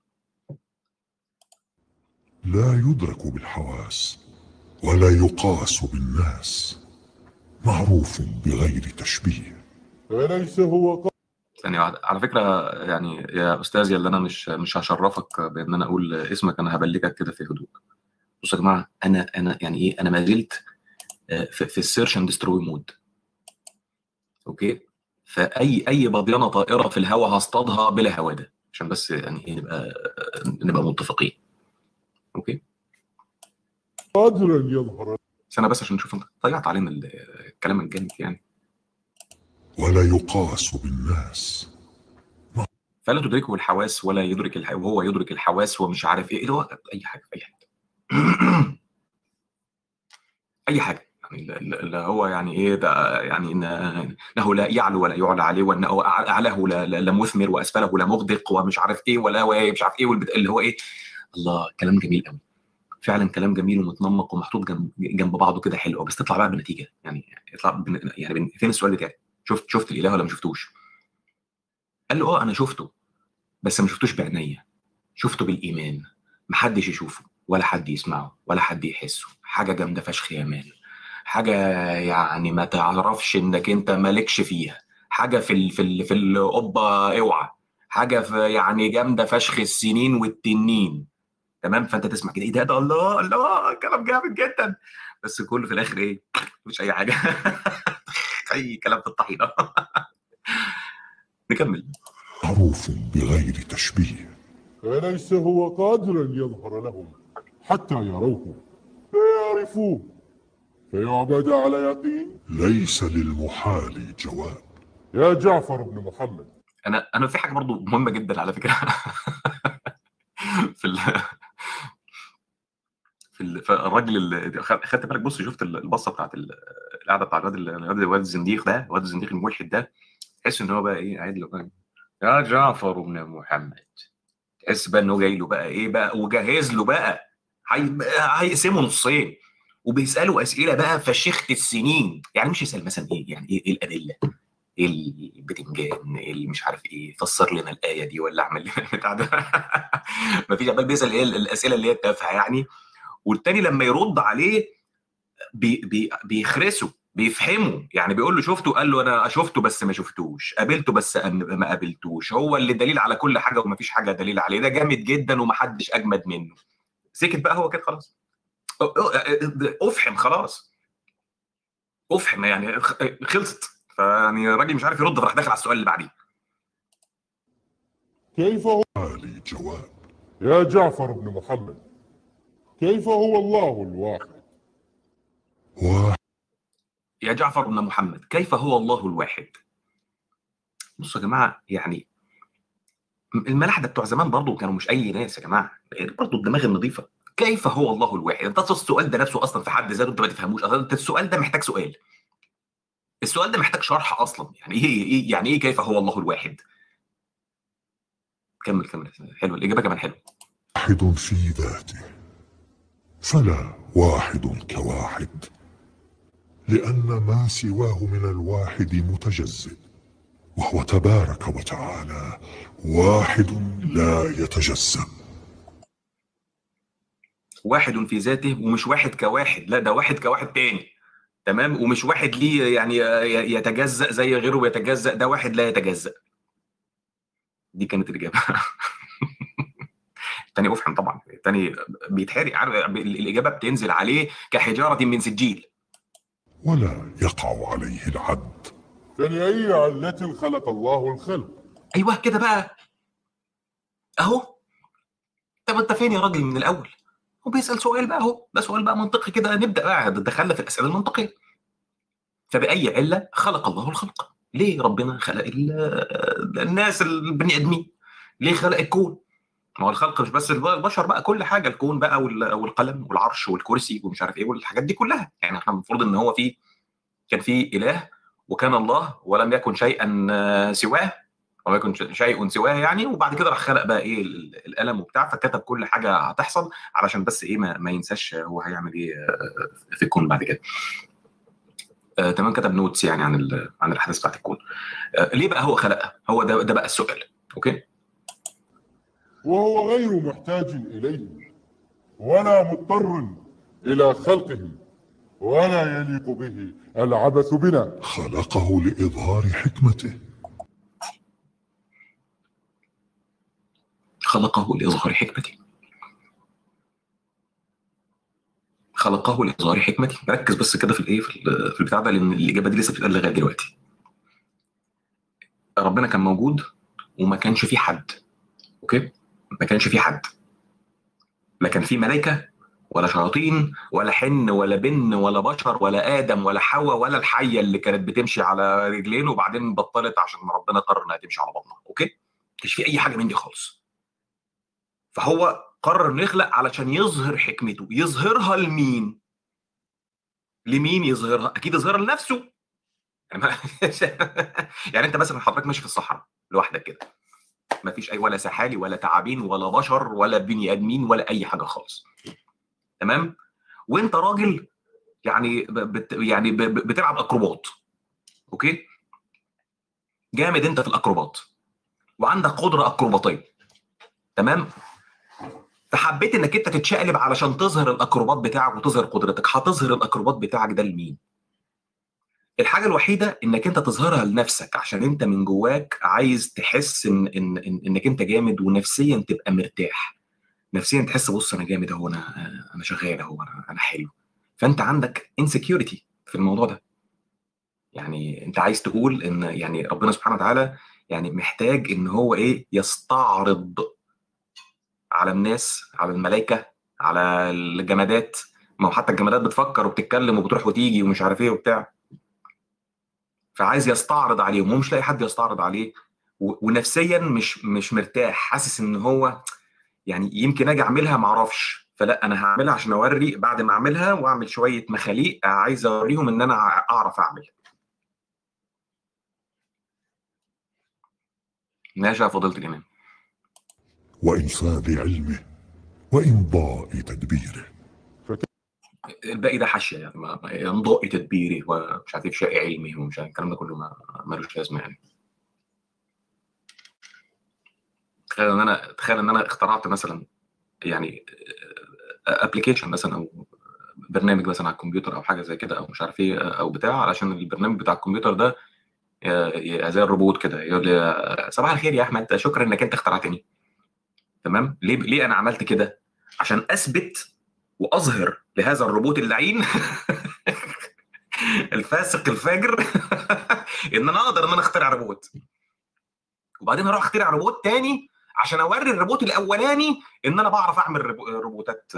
لا يدرك بالحواس ولا يقاس بالناس، معروف بغير تشبيه. أليس هو ثانية واحدة على فكرة، يعني يا أستاذي اللي أنا مش هشرفك بإن أنا أقول اسمك، أنا هبلغك كده في هدوء. بصوا يا جماعة، أنا يعني إيه، أنا ما زلت في السيرش اند دستروي مود. أوكي. فأي بضيانة طائرة في الهواء هصطادها بلا هوادة، عشان بس يعني إيه نبقى متفقين. أوكي. قادرا يظهر بس عشان نشوف أنت ضيعت علينا الكلام الجامد يعني. ولا يقاس بالناس. فلا تدركه الحواس ولا يدرك وهو يدرك الحواس ومش عارف إيه اللي هو أي حاجة أي حاجة. اي حاجه يعني، اللي هو يعني ايه ده، يعني انه لا يعلو ولا يعلى عليه، وانه اعلاه لا مثمر واسفله لا مغدق ومش عارف ايه ولا مش عارف ايه اللي هو ايه. الله، كلام جميل قوي، فعلا كلام جميل ومتنمق ومحطوط جنب بعضه كده حلو، بس تطلع بقى بنتيجه يعني، يطلع يعني فين السؤال بتاعي؟ شفت الاله ولا ما شفتوش؟ قال له اه انا شفته، بس ما شفتوش بعينيا، شفته بالايمان. محدش يشوفه ولا حد يسمعه ولا حد يحسه، حاجه جامده فشخ يا مان. حاجه يعني ما تعرفش انك انت مالكش فيها، حاجه في القبه اوعى، حاجه في يعني جامده فشخ السنين والتنين. تمام، فانت تسمع كده ايه ده الله الله كلام جامد جدا، بس كله في الاخر ايه؟ مش اي حاجه. اي كلام في الطحينه. نكمل. معروف بغير تشبيه، فليس هو قادرا يظهر لهم حتى يروه فيعرفوه فيعبد على يقين. ليس للمحال جواب يا جعفر بن محمد. انا في حاجه برضو مهمه جدا على فكره. في ال... فالراجل اللي خدت بالك، بص شفت البصه بتاعت القعده بتاع الواد الزنديق ده، الواد الزنديق الملحد ده، تحس ان هو بقى ايه قاعد له بقى، يا جعفر بن محمد، تحس بقى انه جاي له بقى ايه بقى وجهز له بقى، هيقسمه نصين، وبيساله اسئله بقى فشخت السنين. يعني مش يسال مثلا ايه يعني ايه الادله، ايه البتنجان، ايه اللي مش عارف ايه، فسر لنا الايه دي ولا اعمل لنا البتاع ده. مفيش عبال بيسال ايه الاسئله اللي هي التافهه يعني. والتاني لما يرد عليه بيخرسه بيفهمه، يعني بيقول له شفته، قال له انا شفته بس ما شفتوش، قابلته بس ما قابلتوش، هو اللي دليل على كل حاجه ومفيش حاجه دليل عليه، ده جامد جدا ومحدش اجمد منه. سكت بقى هو كده خلاص. افحم خلاص، افحم يعني خلصت. فيعني الراجل مش عارف يرد، فراح داخل على السؤال اللي بعديه. كيف هو لي جواب يا جعفر بن محمد، كيف هو الله الواحد؟ يا جعفر بن محمد كيف هو الله الواحد. بصوا يا جماعه، يعني الملاحده بتوع زمان برضو كانوا مش اي ناس يا جماعه، برضو الدماغ النظيفه. كيف هو الله الواحد؟ انت السؤال ده نفسه اصلا في حد ذاته انت ما تفهموش اصلا، انت السؤال ده محتاج سؤال، السؤال ده محتاج شرح اصلا. يعني ايه يعني ايه كيف هو الله الواحد؟ كمل كمل، حلو الاجابه كمان حلو. واحد في ذاته فلا واحد كواحد، لأن ما سواه من الواحد متجزئ، وهو تبارك وتعالى واحد لا يتجزأ. واحد في ذاته، ومش واحد كواحد، لا ده واحد كواحد تاني. تمام، ومش واحد ليه يعني يتجزأ زي غيره بيتجزأ، ده واحد لا يتجزأ. دي كانت الإجابة. التاني أفحم طبعا، التاني بيتحرق، عارف الإجابة بتنزل عليه كحجارة من سجيل. ولا يقع عليه العد، فلأي علة خلق الله الخلق. أيوه كده بقى، أهو. طب أنت فين يا راجل من الأول؟ هو بيسأل سؤال بقى، أهو ده سؤال بقى منطقي كده، نبدأ بقى دخلنا في الأسئلة المنطقية. فبأي علة خلق الله الخلق؟ ليه ربنا خلق الناس البني آدمين؟ ليه خلق الكون؟ ما هو الخلق مش بس البشر بقى، كل حاجه، الكون بقى والقلم والعرش والكرسي ومش عارف ايه والحاجات دي كلها. يعني احنا المفروض ان هو كان في اله، وكان الله ولم يكن شيئا سواه، ولم يكن شيء سواه يعني. وبعد كده راح خلق بقى ايه القلم وبتاع، فكتب كل حاجه هتحصل علشان بس ايه ما ينساش هو هيعمل ايه في الكون بعد كده. تمام، كتب نوتس يعني عن الاحداث بتاعت الكون. ليه بقى هو خلقها؟ هو ده بقى السؤال. اوكي. وهو غير محتاج إليه ولا مضطر إلى خلقه، ولا يليق به العبث بنا. خلقه لإظهار حكمته. خلقه لإظهار حكمته. خلقه لإظهار حكمته. ركز بس كده في الايه في البتاع ده، لان الاجابه دي لسه بتتقال لغايه دلوقتي. ربنا كان موجود وما كانش في حد. اوكي، ما كانش في حد، لا كان في ملائكه ولا شياطين ولا حن ولا بن ولا بشر ولا ادم ولا حواء ولا الحيه اللي كانت بتمشي على رجلين وبعدين بطلت عشان ربنا قرر انها تمشي على بطنها. اوكي، ما كانش في اي حاجه من دي خالص. فهو قرر انه يخلق علشان يظهر حكمته. يظهرها لمين؟ لمين يظهرها؟ اكيد يظهرها لنفسه. يعني يعني انت مثلا حضرتك ماشي في الصحراء لوحدك كده، ما فيش اي ولا سحالي ولا تعابين ولا بشر ولا بني ادمين ولا اي حاجه خالص. تمام، وانت راجل يعني بتلعب اكروبات. اوكي، جامد انت في الاكروبات وعندك قدره اكروباتيه. تمام، فحبيت انك انت تتشقلب علشان تظهر الاكروبات بتاعك وتظهر قدرتك. هتظهر الاكروبات بتاعك ده لمين؟ الحاجه الوحيده انك انت تظهرها لنفسك، عشان انت من جواك عايز تحس انك انت جامد، ونفسيا تبقى مرتاح. نفسيا تحس بص انا جامد اهو، انا شغال اهو، انا حلو. فانت عندك انسكيورتي في الموضوع ده. يعني انت عايز تقول ان يعني ربنا سبحانه وتعالى يعني محتاج ان هو ايه، يستعرض على الناس، على الملائكه، على الجمادات. ما هو حتى الجمادات بتفكر وبتتكلم وبتروح وتيجي ومش عارف ايه وبتاع. فعايز يستعرض عليهم، هو مش لاقي حد يستعرض عليه. ونفسيا مش مرتاح، حاسس ان هو يعني يمكن اجي اعملها ما اعرفش، فلا انا هعملها عشان اوري بعد ما اعملها واعمل شويه مخاليق، عايز اوريهم ان انا اعرف اعمل. ماشي يا فضيله الامام. وإنفاذ علمه وإمضاء تدبيره. الباقي ده حاشيه يعني، ينضاء تدبيري ومش عارف افشاء علمي ومش عارف الكلام ده كله، ملوش لازمه يعني. تخيل ان انا اخترعت مثلا يعني ابلكيشن مثلا، او برنامج مثلا على الكمبيوتر او حاجه زي كده، او مش عارف ايه او بتاع، علشان البرنامج بتاع الكمبيوتر ده زي الروبوت كده يقول لي صباح الخير يا احمد، شكرا انك انت اخترعتني. تمام. ليه انا عملت كده؟ عشان اثبت واظهر لهذا الروبوت اللعين الفاسق الفاجر ان انا اقدر ان انا اخترع روبوت، وبعدين اروح اخترع روبوت تاني عشان اوري الروبوت الاولاني ان انا بعرف اعمل روبوتات.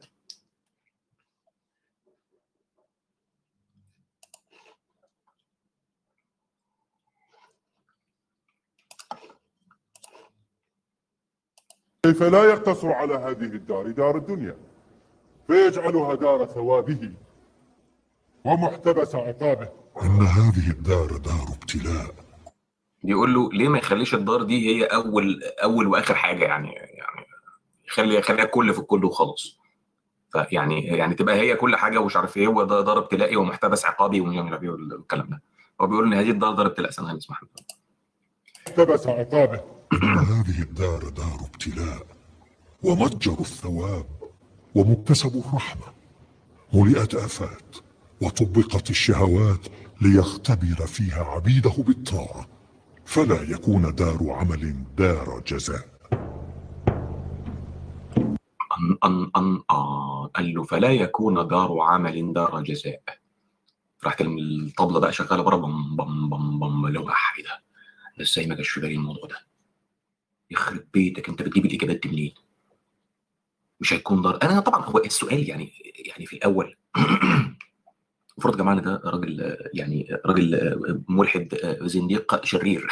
كيف لا يقتصر على هذه الدار، دار الدنيا، فيجعلها دار ثوابه ومحتبس عقابه. إن هذه الدار دار ابتلاء. بيقول له ليه ما يخليش الدار دي هي اول واخر حاجه، يعني يخليها كل في الكل وخلاص. فيعني تبقى هي كل حاجه ومش عارف ايه، هو ده دار ابتلائي ومحتبس عقابي ومش عارف ايه والكلام ده. هو بيقول ان هذه الدار دار ابتلاء. سنه اسمح لي. محتبس عقابه. إن هذه الدار دار ابتلاء ومتجر الثواب ومكتسب الرحمة، ملئت آفات وطبقت الشهوات ليختبر فيها عبيده بالطاعة، فلا يكون دار عمل دار جزاء. قال له فلا يكون دار عمل دار جزاء. راحت الطبله بقى شغاله بره، بم بم بم بم، اللي هو ايه ده؟ ازاي ما جاش في بالي الموضوع ده؟ يخرب بيتك، انت بتجيب الاجابات دي منين؟ مش هيكون دار. انا طبعا هو السؤال يعني في الاول المفروض يا جماعه ده راجل، يعني راجل ملحد زنديق شرير.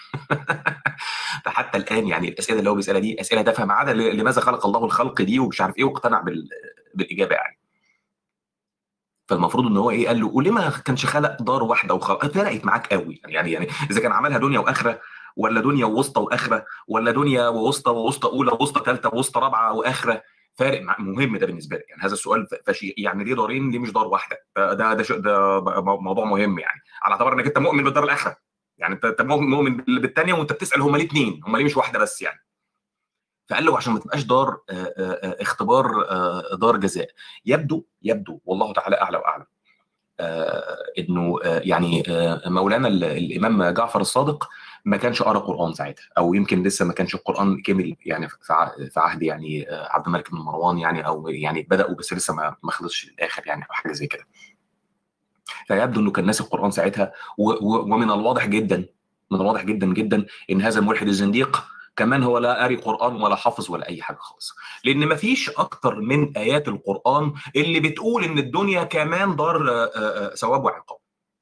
فحتى الان يعني الاسئله اللي هو بيسالها دي اسئله تافهه، ما عدا لماذا خلق الله الخلق دي ومش عارف ايه، واقتنع بالاجابه يعني. فالمفروض ان هو ايه، قال له وليه ما كانش خلق دار واحده وخلق؟ فرقت معاك قوي يعني اذا كان عملها دنيا واخره، ولا دنيا ووسطى واخره، ولا دنيا ووسطى ووسطى اولى ووسطى ثالثه ووسطى رابعه واخره؟ فارق مهم ده بالنسبه لي يعني. هذا السؤال فشي يعني، ليه دارين ليه مش دار واحده؟ ده موضوع مهم يعني، على اعتبار انك انت مؤمن بالدار الاخره. يعني انت مؤمن بالثانيه، وانت بتسال هم ليه اثنين، هم ليه مش واحده بس يعني. فقال له عشان ما تبقاش دار اختبار، دار جزاء. يبدو والله تعالى اعلى واعلم انه يعني مولانا الامام جعفر الصادق ما كانش قرا قران ساعتها، او يمكن لسه ما كانش القران كمل يعني في عهد يعني عبد الملك بن مروان يعني، او يعني بداوا بس لسه ما خلصش للاخر يعني، او حاجه زي كده. فيبدو انه كان ناسي القران ساعتها. ومن الواضح جدا، من الواضح جدا جدا ان هذا الملحد الزنديق كمان هو لا قاري قران ولا حافظ ولا اي حاجه خالص. لان مفيش اكتر من ايات القران اللي بتقول ان الدنيا كمان دار ثواب وعقاب.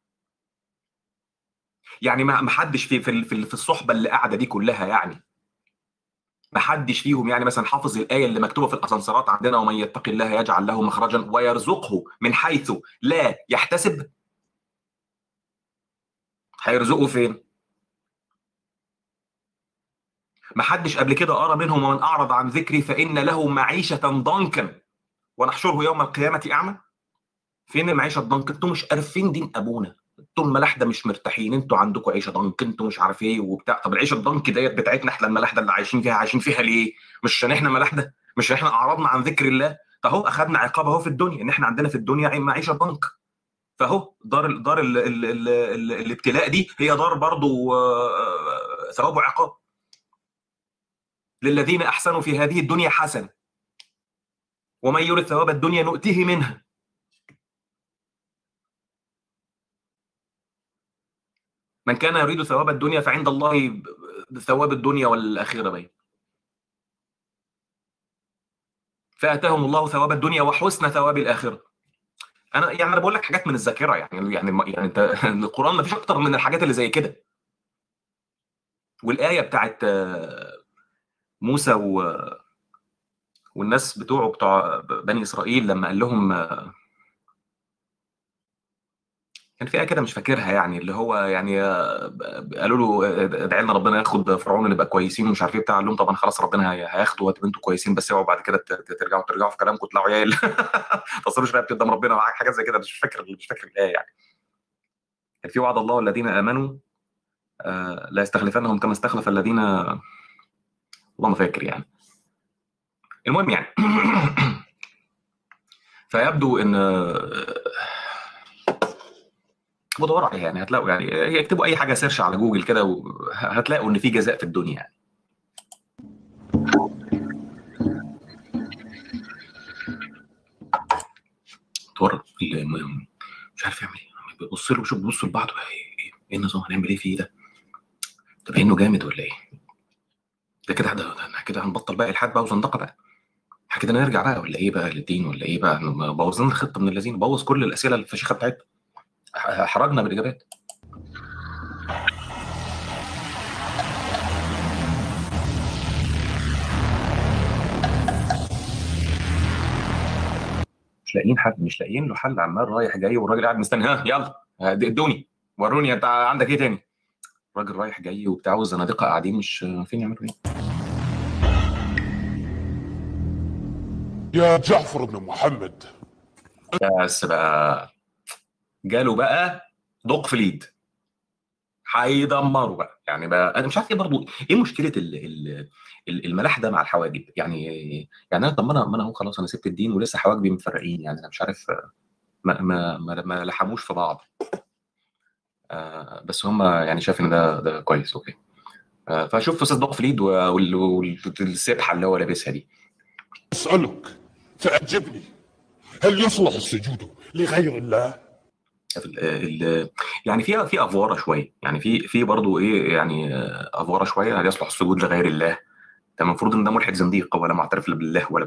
يعني ما حدش في الصحبه اللي قاعده دي كلها يعني، ما حدش فيهم يعني مثلا حافظ الايه اللي مكتوبه في الاسانسيرات عندنا: ومن يتق الله يجعل له مخرجا ويرزقه من حيث لا يحتسب. هيرزقه فين؟ ما حدش قبل كده قرا منهم: ومن اعرض عن ذكري فان له معيشه ضنكا ونحشره يوم القيامه اعمى. فين المعيشه الضنك؟ انتوا مش عارفين دين ابونا، انتوا الملاحده مش مرتاحين، انتوا عندكم عيشه ضنك، انتوا مش عارف ايه وبتاع. طب العيشه الضنك ديت بتاعتنا احنا الملاحده اللي عايشين فيها ليه؟ مش عشان احنا ملاحده؟ مش احنا اعرضنا عن ذكر الله، فهو اخذنا عقاب اهو في الدنيا، ان احنا عندنا في الدنيا معيشه ضنك. فهو دار ال الابتلاء دي هي دار برضو ثواب وعقاب. للذين احسنوا في هذه الدنيا حسنه ومن يرد ثواب الدنيا نؤتيه منها. من كان يريد ثواب الدنيا فعند الله ثواب الدنيا والاخره بين. فاتاهم الله ثواب الدنيا وحسن ثواب الاخره. انا بقول لك حاجات من الذاكره، يعني انت القران ما فيش اكتر من الحاجات اللي زي كده. والايه بتاعت موسى والناس بتوع بني اسرائيل لما قال لهم، كان في ايه كده مش فاكرها، يعني اللي هو يعني قالوا له ادعي لنا ربنا ياخد فرعون نبقى كويسين ومش عارف ايه بتاع، قال لهم طبعا خلاص ربنا هياخده وهتبقوا انتوا كويسين، بس اوعوا بعد كده ترجعوا في كلامكم وتطلعوا عيال. ما تصيروش رقبتي قدام ربنا معاك حاجات زي كده، مش فاكر الايه يعني. كان في وعد الله والذين امنوا لا يستخلفنهم كما استخلف الذين، والله ما فاكر يعني. المهم يعني فيبدو ان بدور عليها يعني هتلاقوا، يعني اكتبوا اي حاجه سيرش على جوجل كده وهتلاقوا ان في جزاء في الدنيا يعني. اتورط مش عارف يعمل ايه، بيبص له وشوف بيبصوا لبعض، ايه النظام هنعمل ايه فيه ده؟ طب انه جامد ولا ايه؟ ده كده كده هنبطل بقى الحاد بقى وزندقه بقى، كده نرجع بقى ولا ايه بقى للدين ولا ايه بقى؟ بوظنا الخطه من الذين بوظ كل الاسئله الفشيخه بتاعتنا، حرجنا بالاجابات. مش لاقيين له حل، عمال رايح جاي والراجل قاعد مستني، ها يلا ادوني وروني انت عندك ايه تاني. الراجل رايح جاي وبتاع والزنادقه قاعدين مش عارفين يعملوا ايه. يا جعفر بن محمد، بس بقى جاله بقى ضوق في اليد، هيدمروا بقى يعني. بقى انا مش عارف ايه برضه، ايه مشكله الملاح ده مع الحواجب يعني. يعني انا طب ما انا هو خلاص انا سبت الدين ولسه حواجبي مفرقين، يعني انا مش عارف ما لحموش في بعض. بس هم يعني شايف ان ده كويس اوكي. فشوف استاذ ضوء في اليد والسبحه اللي هو لابسها دي. أسألك فأجبني، هل يصلح السجود لغير الله؟ يعني في افواره شويه، يعني في برضه ايه يعني افواره شويه. هل يصلح السجود لغير الله؟ ده المفروض ان ده ملحد زنديق ولا معترف بالله ولا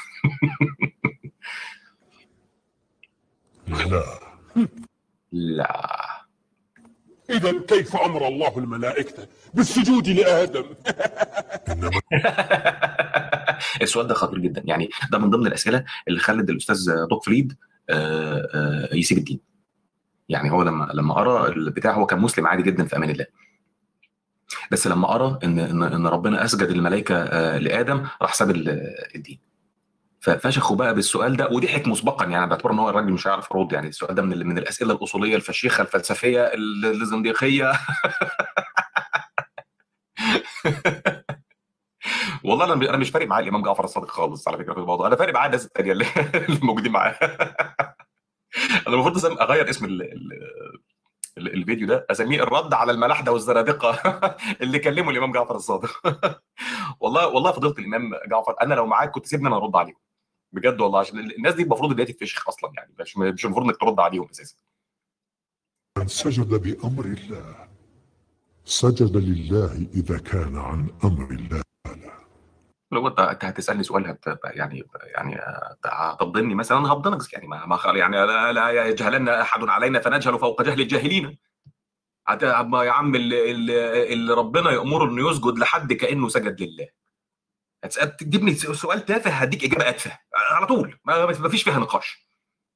لا. لا. إذا كيف أمر الله الملائكة بالسجود لآدم؟ إنما السؤال ده خطير جدا، يعني ده من ضمن الاسئله اللي خلت الاستاذ دوك فريد يسيب الدين. يعني هو لما قرا البتاع، هو كان مسلم عادي جدا في امان الله، بس لما قرا ان ربنا اسجد الملائكه لادم راح ساب الدين. ففشخوا بقى بالسؤال ده وضحك مسبقا، يعني بعتبر ان هو الراجل مش هيعرف يرد. يعني السؤال ده من الاسئله الاصوليه الفشيخه الفلسفيه الزنديقيه. والله انا مش فارق معايا الامام جعفر الصادق خالص على فكره في الموضوع، انا فارق معايا الناس الثانيه اللي موجودين معايا. انا المفروض اغير اسم الفيديو ده، اسميه الرد على الملاحده والزنادقه اللي كلموا الامام جعفر الصادق. والله فضيله الامام جعفر، انا لو معاك كنت سيبني انا ارد عليهم بجد والله، عشان الناس دي المفروض ان هي تتفشخ اصلا، يعني مش المفروض انك ترد عليهم اساسا. من سجد بأمر الله سجد لله إذا كان عن أمر الله. لو انت هتسالني سؤال يعني هتفضلني مثلا، انا هفضلك يعني يعني لا يجهلن احد علينا فنجهل فوق جهل الجاهلين. يا عم اللي ربنا يامره انه يسجد لحد كانه سجد لله. تجيبني سؤال تافه هديك اجابه اتفه على طول، ما فيش فيها نقاش.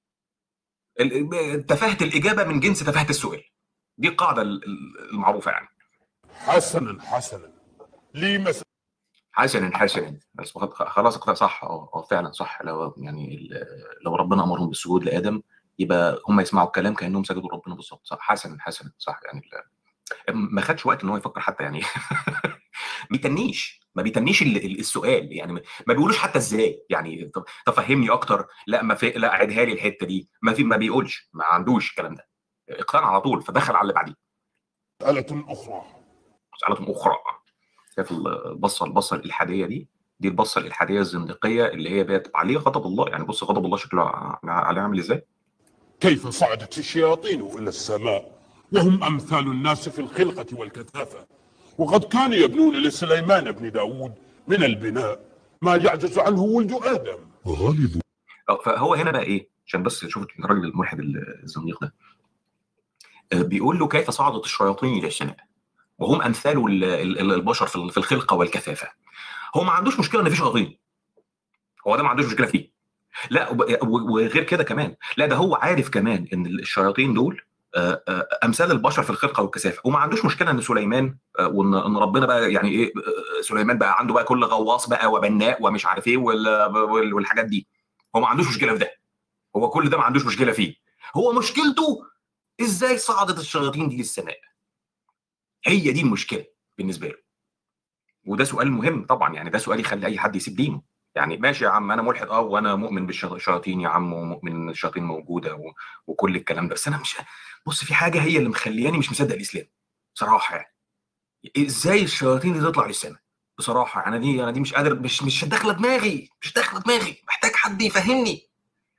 تفاهه الاجابه من جنس تفاهه السؤال، دي القاعده المعروفه يعني. حسنا لي مسألة. حسنا بس خلاص صح. فعلا صح. لو يعني لو ربنا امرهم بالسجود لادم يبقى هم يسمعوا الكلام كانهم سجدوا لربنا بالظبط. صح. حسنا صح يعني. ما خدش وقت ان هو يفكر حتى يعني. ما يتنيش ما بيتنيش السؤال يعني، ما بيقولوش حتى ازاي يعني. طب فهمني اكتر، لا ما في، لا اعيدها لي الحته دي، ما بيقولش، ما عندوش الكلام ده، اقتنع على طول فدخل على اللي بعديه. مسألة أخرى. مساله اخرى. شايف البصه الالحاديه دي، دي البصه الالحاديه الزندقيه اللي هي بتبقى عليه غضب الله. يعني بص غضب الله شكله عليه عامل ازاي. كيف صعدت الشياطين إلى السماء وهم أمثال الناس في الخلقة والكثافة، وقد كانوا يبنون لسليمان بن داود من البناء ما يعجز عنه ولد آدم. غلظوا. فهو هنا بقى ايه، عشان بس شوف الراجل الملحد الزنديق ده، بيقول له كيف صعدت الشياطين الى السماء وهم امثال البشر في الخلقه والكثافه. هو ما عندوش مشكله ان في شياطين، هو ده ما عندوش مشكله فيه. لا وغير كده كمان، لا ده هو عارف كمان ان الشياطين دول امثال البشر في الخلقه والكثافه، وما عندوش مشكله ان سليمان وان ربنا بقى يعني ايه، سليمان بقى عنده بقى كل غواص بقى وبناء ومش عارف ايه والحاجات دي. هو ما عندوش مشكله في ده، هو كل ده ما عندوش مشكله فيه. هو مشكلته ازاي صعدت الشياطين دي للسماء، هي دي المشكله بالنسبه له. وده سؤال مهم طبعا، يعني ده سؤال يخلي اي حد يسيب دينه. يعني ماشي يا عم انا ملحد وانا مؤمن بالشياطين يا عم، ومؤمن ان الشياطين موجوده وكل الكلام ده، بس انا مش، بص في حاجه هي اللي مخلياني مش مصدق الاسلام بصراحه يعني. ازاي الشياطين دي تطلع للسماء؟ بصراحه انا دي مش قادر، مش داخله دماغي، مش داخله دماغي، محتاج حد يفهمني.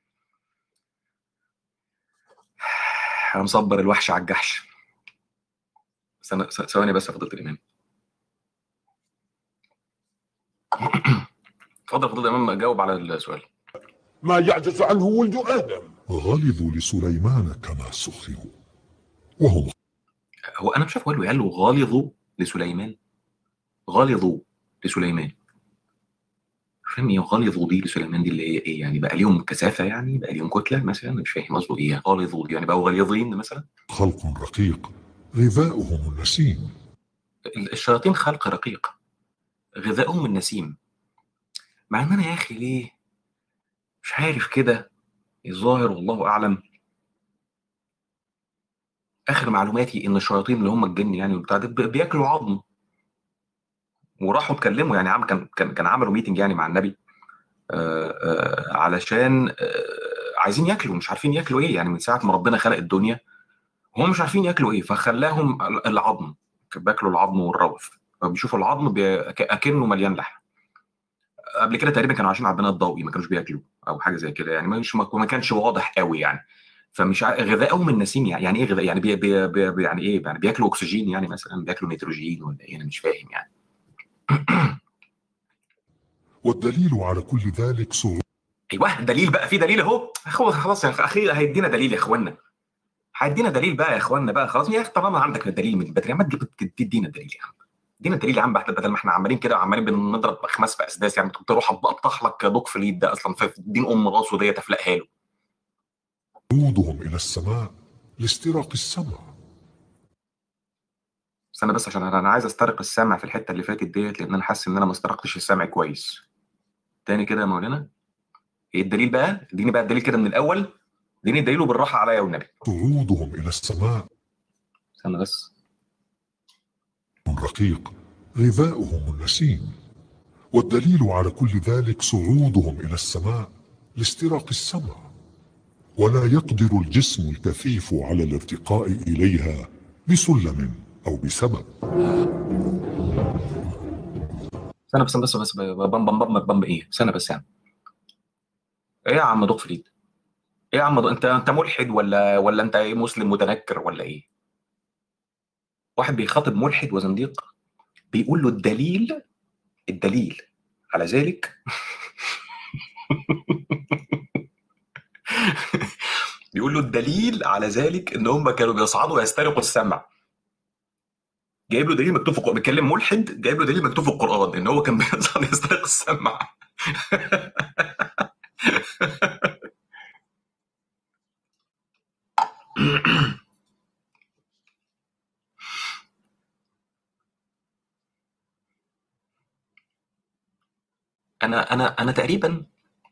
انا مصبر الوحش على الجحش. ثواني بس يا فضيله الامام. اتفضل يا فضيله الامام، جاوب على السؤال. ما يعجز عنه ولد آدم. غلظوا لسليمان كما سخروا وهم. هو انا مش عارف، قال له غالظوا لسليمان، غالظوا لسليمان، فاهم ايه غالظوا دي لسليمان دي اللي هي ايه يعني؟ بقى ليهم كثافه يعني، بقى ليهم كتله مثلا، مش فاهم قصده ايه غالظوا دي يعني، بقوا غليظين مثلا. خلق رقيق غذاؤهم النسيم. الشياطين خلق رقيق غذاؤهم النسيم، مع ان انا يا اخي ليه مش عارف كده، الظاهر والله اعلم اخر معلوماتي ان الشياطين اللي هم الجن يعني وبتاع ده بياكلوا عظم. وراحوا اتكلموا يعني، كان عملوا ميتنج يعني مع النبي، علشان عايزين ياكلوا، مش عارفين ياكلوا ايه يعني من ساعه ما ربنا خلق الدنيا هم مش عارفين ياكلوا ايه، فخلاهم العظم، بياكلوا العظم والروث، بيشوفوا العظم اكنه مليان لحم. قبل كده تقريبا كانوا عايشين على البناء الضوئي، ما كانوش بياكلوا او حاجه زي كده يعني، ما كانش واضح قوي يعني. فمش غذائهم النسيم يعني ايه غذاء يعني يعني ايه يعني بياكلوا اكسجين يعني مثلا، بياكلوا نيتروجين ولا ايه؟ انا مش فاهم يعني. والدليل على كل ذلك صعود. ايوه دليل بقى، في دليل اهو، خلاص يا اخي هيدينا دليل يا اخوانا، هيدينا دليل بقى يا اخوانا بقى، خلاص يا اخي طالما عندك الدليل من بدري ما تدينا الدليل يا عم، ادينا الدليل يا عم، بدل ما احنا عمالين كده عمالين بنضرب اخماس في اسداس يعني. كنت اروح ابطح لك دوق في اليد ده اصلا في دين ام راسه ديت افلقها له. صعودهم الى السماء لاستراق السمع. استنى بس عشان انا عايز استرق السمع في الحته اللي فاتت ديت، لان انا حاسس ان انا ما استرقتش السمع كويس. تاني كده يا مولانا، ايه الدليل بقى؟ اديني بقى الدليل كده من الاول، اديني الدليل وبالراحه عليا والنبي. صعودهم الى السماء. استنى بس. رقيق غذاؤهم النسيم. والدليل على كل ذلك صعودهم الى السماء لاستراق السمع، ولا يقدر الجسم الكثيف على الارتقاء اليها بسلم او بسبب. استنى بس بم ايه؟ استنى بس يعني. ايه يا عم دوق فريد؟ ايه يا عم انت ملحد ولا انت ايه، مسلم متنكر ولا ايه؟ واحد بيخاطب ملحد وزنديق بيقول له الدليل على ذلك بيقول له الدليل على ذلك ان هم كانوا بيصعدوا ويسترقوا السمع. جايب له دليل مكتوب في القرآن، بيتكلم ملحد جايب له دليل مكتوب في القرآن ان هو كان بيصعد يسترق السمع. انا تقريبا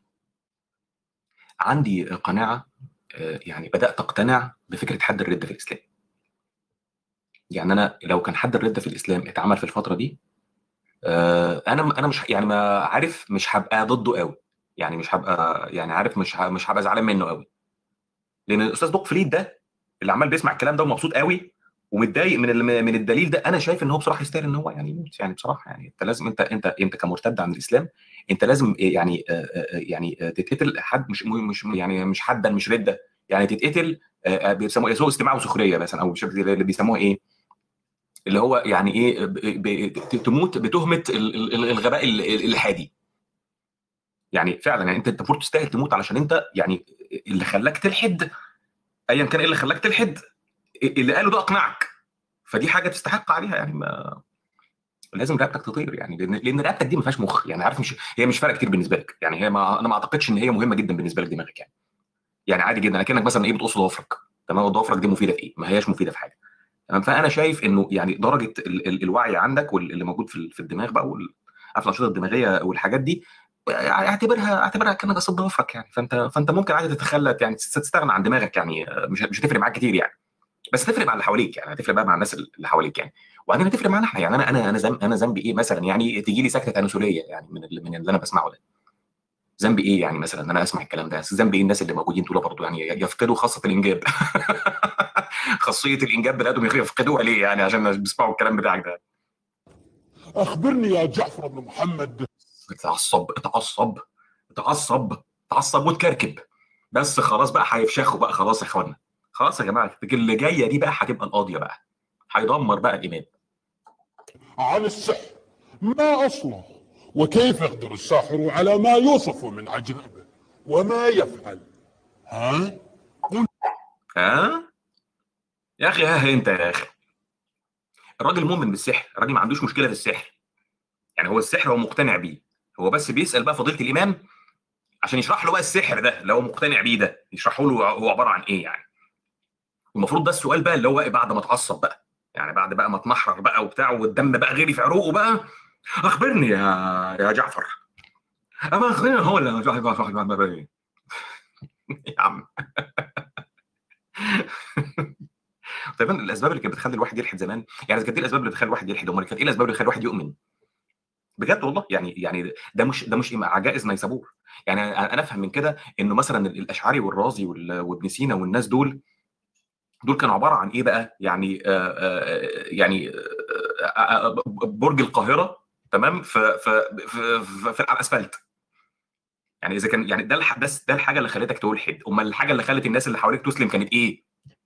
عندي قناعه، يعني بدات اقتنع بفكره حد الرده في الاسلام. يعني انا لو كان حد الرده في الاسلام اتعمل في الفتره دي، انا مش يعني ما عارف، مش هبقى ضده قوي. يعني مش هبقى يعني عارف، مش هبقى زعلان منه قوي، لان الاستاذ دوق فليت ده اللي عمال بيسمع الكلام ده ومبسوط قوي ومتضايق من الدليل ده، انا شايف ان هو بصراحه يستاهل ان هو يعني يموت. يعني بصراحه يعني انت لازم، انت كمرتد عن الاسلام، انت لازم يعني تتقتل. حد مش يعني مش حدا، مش رده، يعني تتقتل. بيسموه سوء استماع وسخريه مثلا، او اللي بيسموها ايه، اللي هو يعني ايه، تموت بتهمه الغباء الحادي. يعني فعلا يعني انت المفروض تستاهل تموت، علشان انت يعني اللي خلاك تلحد، ايا كان ايه اللي خلاك تلحد، اللي قاله ده اقنعك، فدي حاجه تستحق عليها يعني. ما لازم رقبتك تطير يعني، لان رقبتك دي ما فيهاش مخ يعني، عارف، مش هي مش فارقه كتير بالنسبه لك يعني. هي ما انا ما اعتقدش ان هي مهمه جدا بالنسبه لك دماغك يعني. يعني عادي جدا، اكنك مثلا ايه بتقص ضوافرك، تمام، الضوافرك دي مفيده في ايه؟ ما هياش مفيده في حاجه. تمام. فانا شايف انه يعني درجه الوعي عندك واللي موجود في الدماغ بقى، عارف الانشطه الدماغيه والحاجات دي، اعتبرها كانك قصيت ضوافرك يعني. فانت ممكن عادي تتخلى يعني، تستغنى عن دماغك يعني. مش هتفرق معاك كتير يعني، بس تفرق مع اللي حواليك يعني، هتفرق بقى مع الناس اللي حواليك يعني. وبعدين هتفرق معانا احنا يعني. انا ذنبي ايه مثلا يعني تيجي لي سكته تناسليه يعني من اللي انا بسمعه ده؟ ذنبي ايه يعني مثلا ان انا اسمع الكلام ده؟ ذنبي ايه الناس اللي موجودين دول برضه يعني يفقدوا خاصه الانجاب؟ خاصيه الانجاب بني ادم يفقدوها ليه يعني؟ عشان بيسمعوا الكلام بتاعك ده. أخبرني يا جعفر بن محمد. اتعصب وتكركب. بس خلاص بقى هيفشخوا بقى، خلاص يا اخوانا، خلاص يا جماعه، اللي جايه دي بقى هتبقى القاضيه بقى، هيدمر بقى الامام. عن السحر، ما أصله؟ وكيف يقدر الساحر على ما يوصف من عجائبه؟ وما يفعل؟ ها؟ ها يا اخي، ها انت يا اخي، الراجل مؤمن بالسحر، الراجل ما عندوش مشكله في السحر يعني. هو السحر هو مقتنع بيه، هو بس بيسال بقى فضيله الامام عشان يشرح له بقى السحر ده اللي هو مقتنع بيه ده، يشرحه له هو عباره عن ايه يعني. المفروض ده السؤال بقى اللي هو إيه بعد ما اتعصب بقى، يعني بعد بقى ما اتنحرر بقى وبتاع والدم بقى غيري في عروقه بقى، اخبرني يا جعفر، اما اخبرني هو اللي يا عم. طيب الاسباب اللي كانت بتخلي الواحد يلحد زمان يعني، كانت ايه الاسباب اللي بتخلي الواحد يلحد؟ امال كانت ايه الاسباب اللي بتخلي الواحد يؤمن بجد والله يعني ده مش عجائز نيسابور يعني. انا افهم من كده انه مثلا الاشعري والرازي وابن سينا والناس دول كانوا عباره عن ايه بقى يعني؟ يعني برج القاهره، تمام، في الاسفلت يعني. اذا كان يعني ده الحاجه اللي خلتك تلحد، امال الحاجه اللي خلت الناس اللي حواليك تسلم كانت ايه؟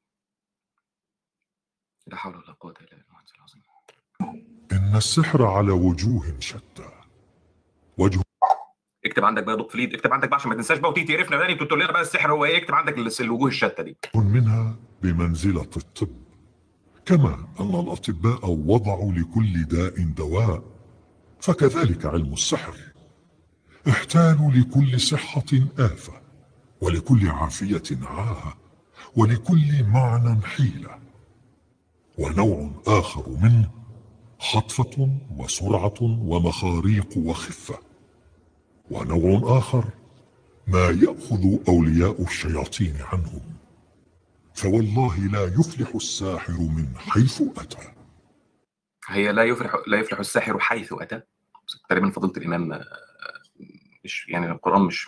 لا حول ولا قوه الا بالله العظيم. إن السحر على وجوه شتى. وجه اكتب عندك بقى دق فليد، اكتب عندك بقى عشان ما تنساش بقى وتيجي تقرفنا بقى، انت تقول لنا بقى السحر هو ايه. اكتب عندك الوجوه الشتى دي. منها بمنزلة الطب، كما أن الأطباء وضعوا لكل داء دواء، فكذلك علم السحر. احتالوا لكل صحة آفة، ولكل عافية عاهة، ولكل معنى حيلة. ونوع آخر منه خطفة وسرعة ومخاريق وخفة. ونوع آخر ما يأخذ أولياء الشياطين عنهم. فوالله لا يفلح الساحر من حيث أتى. هي لا يفلح الساحر حيث اتى. تقريبا فضيله الامام مش يعني القران مش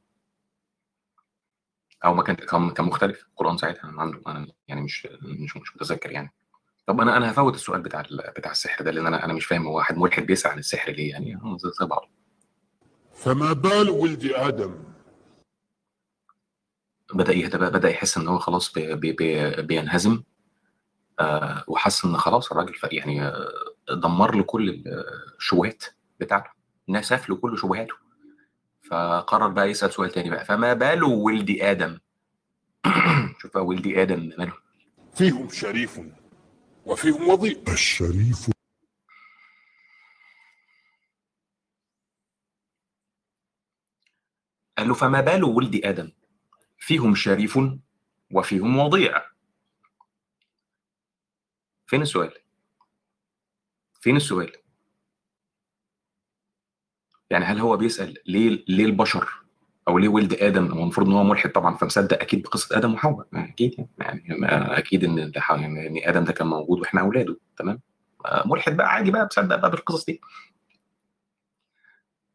او ما كان مختلف القران ساعتها عنده. انا يعني مش متذكر يعني. طب انا هفوت السؤال بتاع السحر ده، لان انا مش فاهم هو واحد ملحد بيسأل عن السحر ليه يعني؟ هم زي بعض. فما بال ولد آدم؟ بدا يهدى بقى، بدا يحس ان هو خلاص بينهزم. وحس ان خلاص الراجل يعني دمر له كل الشبهات بتاعته، نسف له كل شبهاته. فقرر بقى يسأل سؤال تاني بقى، فما باله ولد آدم؟ شوف بقى ولد آدم ماله. فيهم شريف وفيهم وضيع. الشريف قال له فما باله ولد آدم فيهم شريف وفيهم وضيع. فين السؤال؟ فين السؤال؟ يعني هل هو بيسأل ليه البشر، او ليه ولد ادم؟ هو المفروض ان هو ملحد طبعا، فمصدق اكيد بقصه ادم وحواء اكيد يعني اكيد ان ادم ده كان موجود واحنا اولاده، تمام. ملحد بقى عادي بقى، مصدق بقى بالقصص دي.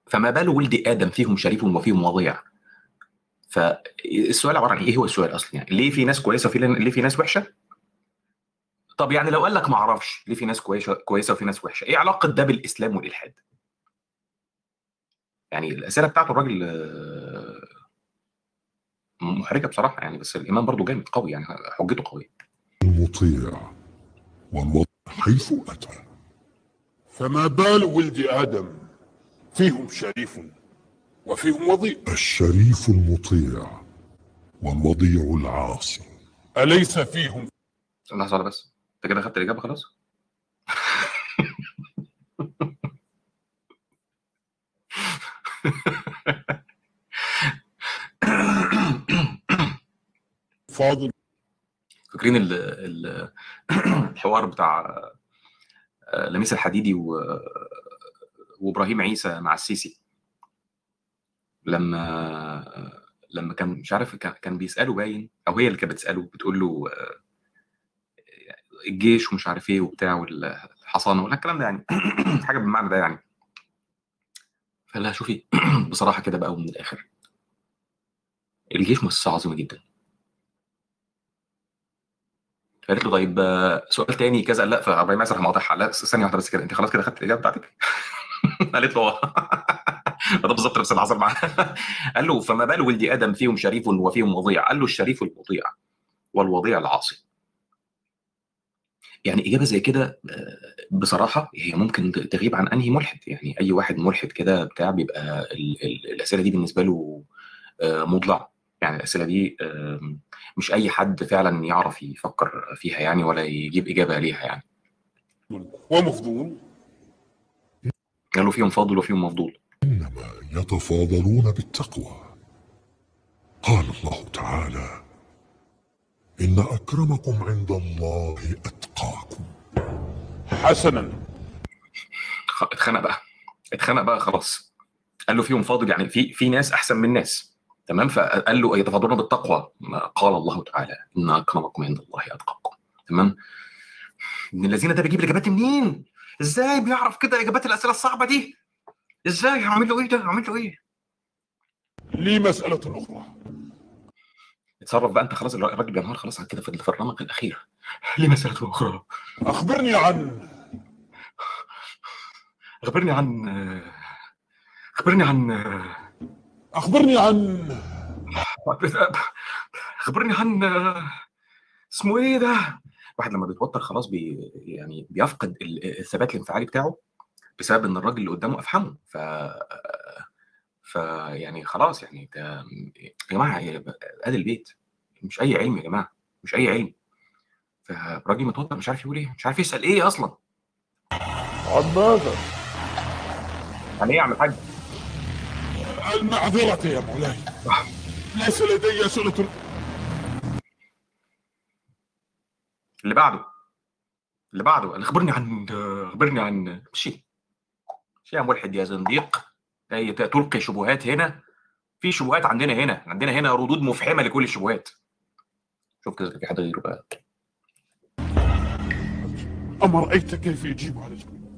فما بال ولد ادم فيهم شريف وفيهم وضيع. فالسؤال عباره عن ايه؟ هو السؤال اصلا يعني ليه في ناس كويسه ليه في ناس وحشه؟ طب يعني لو قال لك ما اعرفش ليه في ناس كويسه وفي ناس وحشه، ايه علاقه ده بالاسلام والالحاد؟ يعني الاسئله بتاعته الراجل محرجه بصراحه يعني، بس الايمان برضو جامد قوي يعني، حجته قويه. المطيع والوضع حيث أتى. فما بال ولد آدم فيهم شريف وفيهم وضيع. الشريف المطيع والوضيع العاصي. أليس فيهم لحظه بس، انت كده خدت الاجابه خلاص. فاضل؟ فاكرين الحوار بتاع لميس الحديدي وابراهيم عيسى مع السيسي، لما كان مش عارف كان بيساله باين، او هي اللي كانت بتساله بتقول له الجيش ومش عارف ايه وبتاع والحصانه ولا الكلام ده يعني حاجه بالمعنى ده يعني. فقال لها شوفي بصراحه كده بقى ومن الاخر، الجيش مؤسسه عظيمه جدا. قالت له طيب سؤال تاني كذا، لا فابراهيم عيسى راح مقاطعها، لا ثانيه واحده بس كده، انت خلاص كده خدت الاجابه بتاعتك؟ قالت له ده بالظبط نفس اللي حصل معاه. قال له فما بال ولد ادم فيهم شريف وفيهم وضيع؟ قال له الشريف المطيع والوضيع العاصي. يعني اجابه زي كده بصراحه هي ممكن تغيب عن انهي ملحد، يعني اي واحد ملحد كده بتاع بيبقى الاسئله دي بالنسبه له مضلعه. يعني الاسئله دي مش اي حد فعلا يعرف يفكر فيها يعني، ولا يجيب اجابه ليها يعني. ومفضول؟ قالوا فيهم فاضل وفيهم مفضول. إنما يتفاضلون بالتقوى. قال الله تعالى: إن أكرمكم عند الله أتقاكم. حسنا. اتخنق بقى، اتخنق بقى خلاص. قال له فيهم فاضل يعني في ناس احسن من ناس، تمام. فقال له يتفاضلون بالتقوى، قال الله تعالى ان اكرمكم عند الله اتقاكم. تمام. ابن الذين ده بيجيب الاجابات منين؟ ازاي بيعرف كده اجابات الاسئله الصعبه دي؟ ازاي هعمل له ايه ده؟ هعمل له ايه؟ لي مسألة أخرى. اتصرف بقى انت خلاص، الراجل بينهار خلاص على كده في الرمق الاخير. ليه مساله اخرى؟ أخبرني عن اخبرني عن اخبرني عن أخبرني عن اخبرني عن اسمه ايه ده؟ واحد لما بيتوتر خلاص يعني بيفقد الثبات الانفعالي بتاعه بسبب ان الراجل اللي قدامه افهمه. يعني خلاص يعني ده يا جماعه ادي البيت، مش اي علم يا جماعه، مش اي علم. فالراجل متوتر مش عارف يقول ايه، مش عارف يسال ايه اصلا. عن ماذا؟ يعني ايه يعمل حاجه؟ المعذرة يا مولاي، ليس لدي أسئلة. اللي بعده، اللي بعده اخبرني عن شيء يا ملحد يا زنديق، جاي تلقي شبهات هنا. في شبهات عندنا هنا ردود مفحمه لكل الشبهات. شوف كده في حد غيره بقى. أما رأيت كيف يجيب على الجميع؟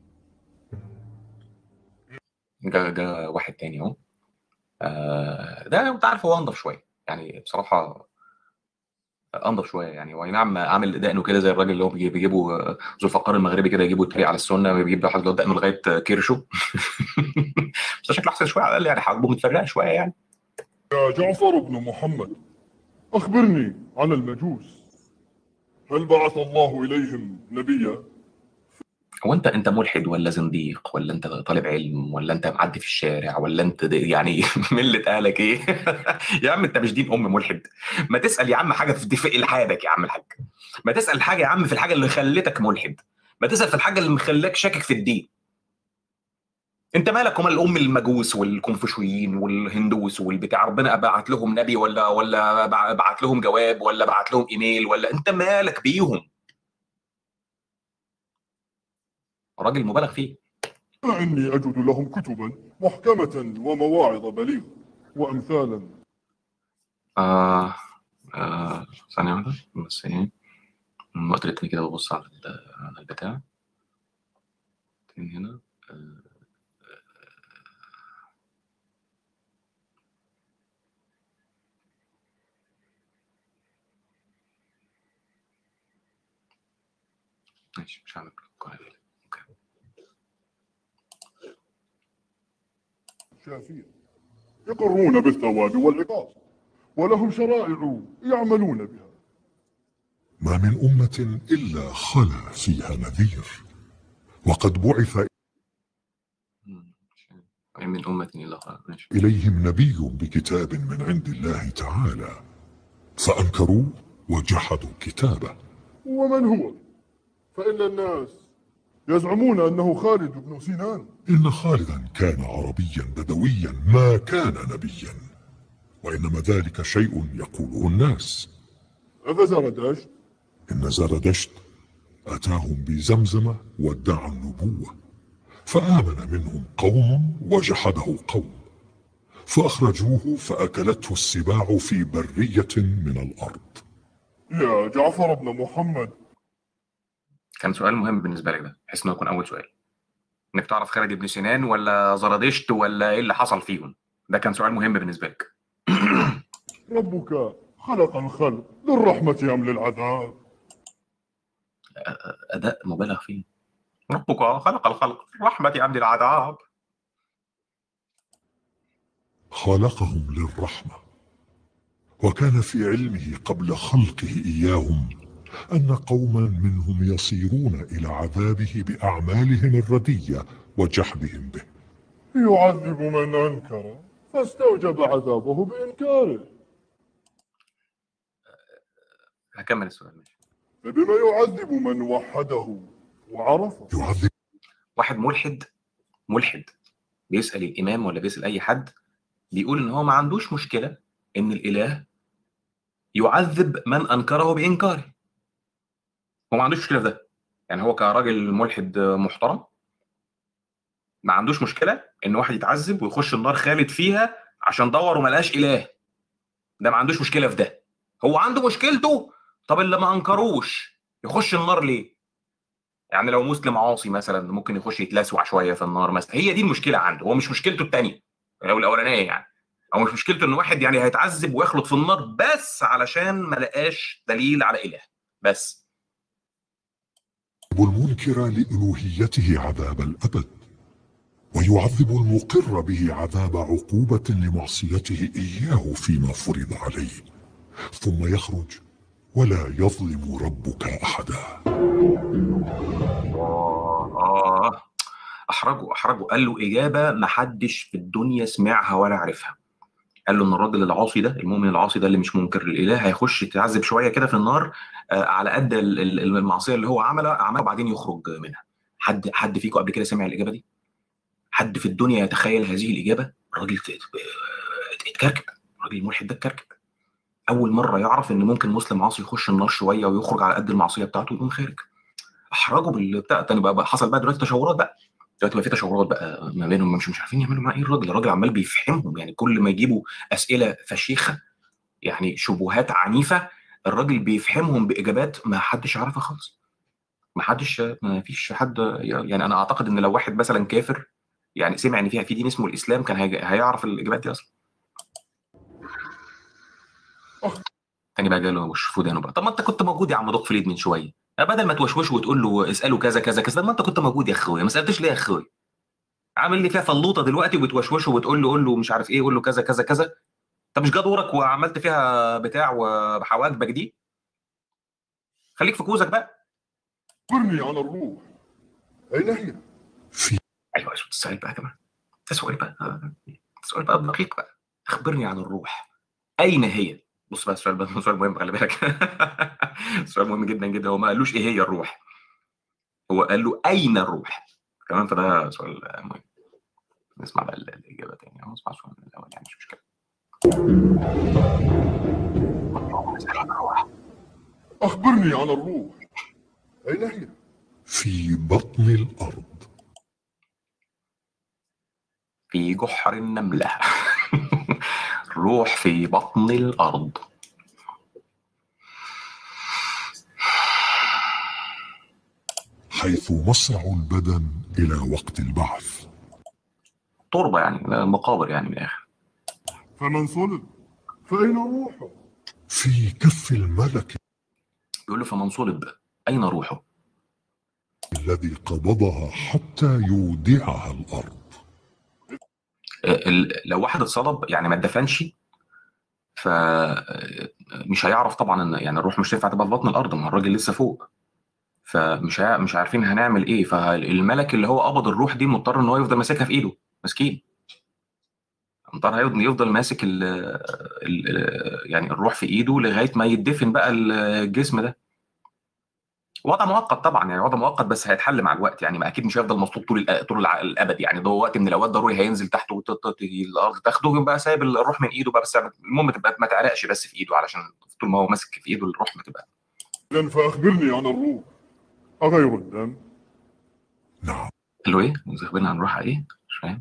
جا واحد تاني اهو. ده انت عارف هو انضف شويه يعني بصراحه، انضف شويه يعني. واي نعم عامل دقنه كده زي الراجل اللي هو بيجيبوا ذو الفقار المغربي كده، يجيبوا يتريق على السنه، بيجيب واحد اللي هو دقنه لغايه كرشه. بس شكله احسن شويه على الاقل يعني، حاجبه متفرقه شويه يعني. يا جعفر بن محمد، أخبرني عن المجوس، هل بعث الله إليهم نبيا؟ هو انت ملحد ولا زنديق ولا انت طالب علم ولا انت معدي في الشارع ولا انت يعني ملة اهلك ايه؟ يا عم انت مش دين ملحد. ما تسال يا عم حاجه في الحادك يا عم الحاج. ما تسال حاجه يا عم في الحاجه اللي خلتك ملحد. ما تسال في الحاجه اللي مخلاك شاكك في الدين. انت مالك ومال المجوس والكونفوشيين والهندوس والبتاع؟ ربنا بعت لهم نبي ولا بعت لهم جواب ولا بعت لهم ايميل؟ ولا انت مالك بيهم؟ راجل مبالغ فيه. فإني أجد لهم كتبا محكمة ومواعظ بليغة وأمثالا. آه ثانية واحدة بس ايه، وقت التاني كده ببص على البتاع تاني هنا. عن القرآن. شافية يقرون بالثواب والعقاب، ولهم شرائع يعملون بها. ما من أمة إلا خلا فيها نذير، وقد بعث من أمة إلا خلا. ماشي. إليهم نبي بكتاب من عند الله تعالى، فأنكروا وجحدوا كتابه. ومن هو؟ فإن الناس يزعمون أنه خالد بن سنان. إن خالدا كان عربيا بدويا ما كان نبيا، وإنما ذلك شيء يقوله الناس. أفزردشت؟ إن زردشت أتاهم بزمزم وادعى النبوة، فآمن منهم قوم وجحده قوم، فأخرجوه فأكلته السباع في برية من الأرض. يا جعفر بن محمد، كان سؤال مهم بالنسبة لك ده، بحيث إنه يكون أول سؤال، إنك تعرف خالد بن سنان ولا زرادشت ولا إيه اللي حصل فيهم. ده كان سؤال مهم بالنسبة لك. ربك خلق الخلق للرحمة أم للعذاب؟ أداء مبالغ فيه. ربك خلق الخلق رحمة عبد العذاب. خلقهم للرحمة، وكان في علمه قبل خلقه إياهم أن قوما منهم يصيرون إلى عذابه بأعمالهم الردية وجحدهم به. يعذب من أنكر فاستوجب عذابه بإنكاره. هكمل السؤال. ماشي. فبما يعذب من وحده وعرفه؟ يعذب واحد ملحد بيسأل الإمام ولا بيسأل أي حد، بيقول إن هو ما عندوش مشكلة إن الإله يعذب من أنكره بإنكاره. هو ما عندوش مشكلة في ده، يعني هو كراجل ملحد محترم ما عندوش مشكلة إن واحد يتعذب ويخش النار خالد فيها عشان دور وما لقاش إله. ده ما عندوش مشكلة في ده. هو عنده مشكلته طب اللي ما أنكروش يخش النار ليه؟ يعني لو مسلم عاصي مثلا ممكن يخش يتلسوع شويه في النار مثلا، هي دي المشكله عنده. هو مش مشكلته الثانيه او الاولانيه يعني، او مش مشكلته ان واحد يعني هيتعذب ويخلط في النار بس علشان ما لقاش دليل على اله بس. المنكر لألوهيته عذاب الأبد، ويعذب المقر به عذاب عقوبة لمعصيته إياه فيما فرض عليه، ثم يخرج ولا يظلم ربك أحدا. احرجه قال له اجابه ما حدش في الدنيا سمعها ولا عرفها. قال له ان الراجل العاصي ده، المؤمن العاصي ده اللي مش منكر للاله، هيخش يتعذب شويه كده في النار على قد المعصيه اللي هو عملها وبعدين يخرج منها. حد فيكم قبل كده سمع الاجابه دي؟ حد في الدنيا يتخيل هذه الاجابه؟ الراجل اتكركب، الراجل الملحد ده اتكركب. اول مره يعرف ان ممكن مسلم عاصي يخش النار شويه ويخرج على قد المعصيه بتاعته ويقوم خارج. احرجوا بالبتاع تاني بقى حصل بقى دلوقتي تشاورات بقى. دلوقتي بقى في تشاورات بقى ما بينهم، مش عارفين يعملوا معاه ايه. الراجل عمال بيفهمهم، يعني كل ما يجيبوا اسئله فشيخه يعني شبهات عنيفه الراجل بيفهمهم باجابات ما حدش يعرفها خالص. ما فيش حد يعني. انا اعتقد ان لو واحد مثلا كافر يعني سمع ان في دين اسمه الاسلام كان هيعرف الاجابات دي اصلا. تاني بقى جاله وشوفوا ده بقى. طب ما انت كنت موجود يا عم دق فريد من شويه، بدل ما توشوش وتقول له اساله كذا كذا كذا. ما انت كنت موجود يا اخويا، ما سالتش ليه يا اخويا؟ عامل لي فيها فلوطه دلوقتي وبتوشوشه وتقول له قول له مش عارف ايه، قول له كذا كذا كذا. انت مش جا دورك وعملت فيها بتاع وحواجبك دي؟ خليك في كوزك بقى. أخبرني عن الروح، أين هي؟ ايوه السؤال بقى كمان، السؤال بقى دقيق بقى. اخبرني عن الروح، اين هي؟ بص بقى السؤال بقى سؤال مهم، خلي بالك. سؤال مهم جدا جدا. هو ما قالوش ايه هي الروح، هو قال له اين الروح كمان، فده سؤال مهم. نسمع بقى الاجابه تاني او نسمع السؤال من الاول يعني مش مشكله. أخبرني عن الروح، أين هي؟ في بطن الأرض. في جحر النملة. روح في بطن الأرض. حيث مصرع البدن إلى وقت البعث. تربة يعني مقابر يعني من الآخر. فمن صلب فأين روحه؟ في كف الملك. يقول له فمن صلب أين روحه؟ الذي قبضها حتى يودعها الأرض. لو واحد اتصلب يعني ما اتدفنش، فمش هيعرف طبعا ان يعني الروح مش هتنفع تبقى في بطن الارض، ما هو الراجل لسه فوق. مش عارفين هنعمل ايه. فالملك اللي هو قبض الروح دي مضطر ان هو يفضل ماسكها في ايده، مسكين. مضطر يفضل ماسك يعني الروح في ايده لغايه ما يدفن بقى الجسم ده. وضع مؤقت طبعا، يعني وضع مؤقت بس هيتحل مع الوقت، يعني ما اكيد مش هيفضل مصلوب طول الابد، يعني ده وقت من الاوقات ضروري هينزل تحت الارض تاخده، يبقى سايب الروح من ايده بقى. بس المهم تبقى ما تعرقش بس في ايده، علشان طول ما هو ماسك في ايده الروح ما تبقى. إذا فأخبرني عن الروح أغير الدم؟ نعم، قال له ايه؟ خبرنا عن الروح ايه؟ مش فاهم.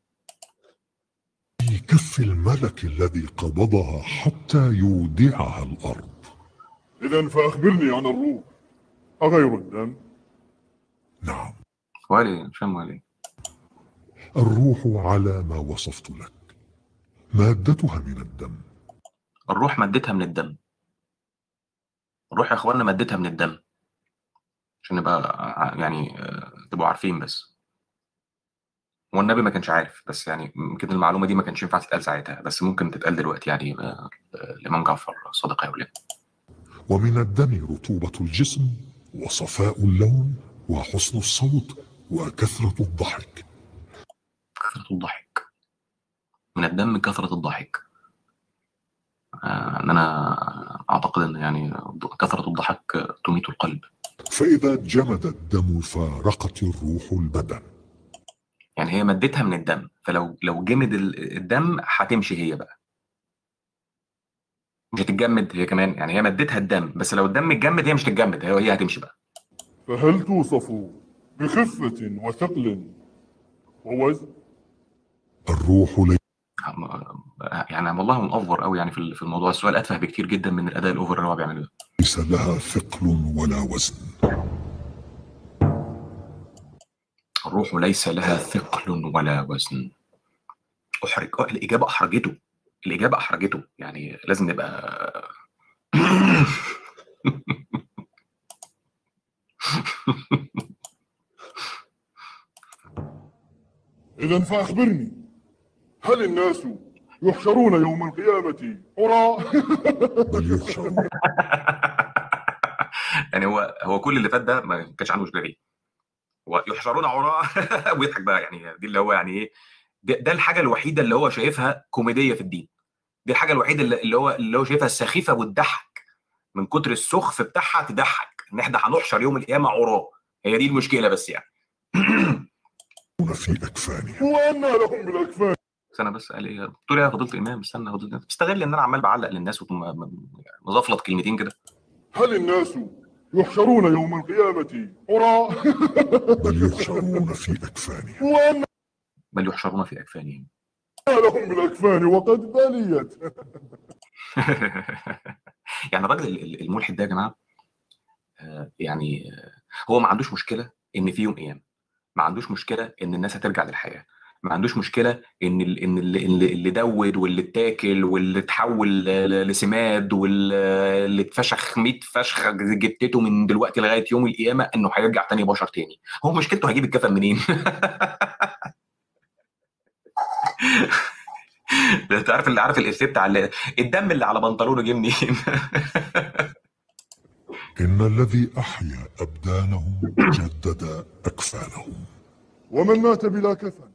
في كف الملك الذي قبضها حتى يودعها الأرض. إذا فأخبرني عن الروح أغير الدم؟ نعم، ولا مش فاهم ولا ايه. الروح على ما وصفت لك، مادتها من الدم. الروح مادتها من الدم. الروح يا اخوانا مادتها من الدم، عشان نبقى يعني تبقوا عارفين بس. هو النبي ما كانش عارف، بس يعني يمكن المعلومه دي ما كانش ينفع تتقال ساعتها، بس ممكن تتقال دلوقتي يعني. الامام جعفر صادق يقول لنا. ومن الدم رطوبة الجسم وصفاء اللون وحسن الصوت وكثرة الضحك. كثرة الضحك. من الدم كثرة الضحك. ان انا اعتقد ان يعني كثرة الضحك تميت القلب. فإذا جمد الدم فارقت الروح البدن. يعني هي مادتها من الدم، فلو جمد الدم هتمشي هي بقى، مش هتتجمد هي كمان. يعني هي مادتها الدم، بس لو الدم اتجمد هي مش هتتجمد، هي هتمشي بقى. فهل توصف بخفة وثقل ووزن؟ الروح يعني والله منأفور قوي يعني في الموضوع. السؤال اتفه بكتير جدا من الاداء الاوفر اللي هو بيعمله ده. ليس لها ثقل ولا وزن. الروح ليس لها ثقل ولا وزن. الإجابة أحرجته يعني لازم نبقى. إذا فأخبرني، هل الناس يحشرون يوم القيامة عراة؟ بل يحشرون. يعني هو كل اللي فات ده ما كانش عنده مشكلة فيه. هو يحشرون عراة ويضحك بقى، يعني دي اللي هو يعني ايه. ده الحاجة الوحيدة اللي هو شايفها كوميدية في الدين. دي الحاجة الوحيدة اللي هو شايفها سخيفة وتضحك. من كتر السخف بتاعها تضحك ان احنا هنحشر يوم القيامة عراة. هي دي المشكلة بس يعني. في أكفانهم. وأنى لهم بالأكفان. استنى بس، قال ايه؟ قلت له يا فضيله الامام استنى يا فضيله الامام، بستغل ان انا عمال بعلق للناس ومزفلط كلمتين كده. هل الناس يحشرون يوم القيامة عراة؟ بل يحشرون في أكفانهم. وأنى بل يحشرون في اكفانهم. لهم بالأكفان وقد بليت. يعني الراجل الملحد ده يا جماعه، يعني هو ما عندوش مشكله ان في يوم قيامه، ما عندوش مشكله ان الناس هترجع للحياه، ما عندوش مشكله ان اللي دود واللي اتاكل واللي اتحول لسماد واللي اتفشخ 100 فشخه جتته من دلوقتي لغايه يوم القيامه انه هيرجع تاني بشر تاني. هو مشكلته هيجيب الكفن منين؟ انت عارف اللي عارف الافيه بتاع الدم اللي على بنطلونه جه منين؟ إن الذي أحيا أبدانهم جدد أكفانهم. ومن مات بلا كفن؟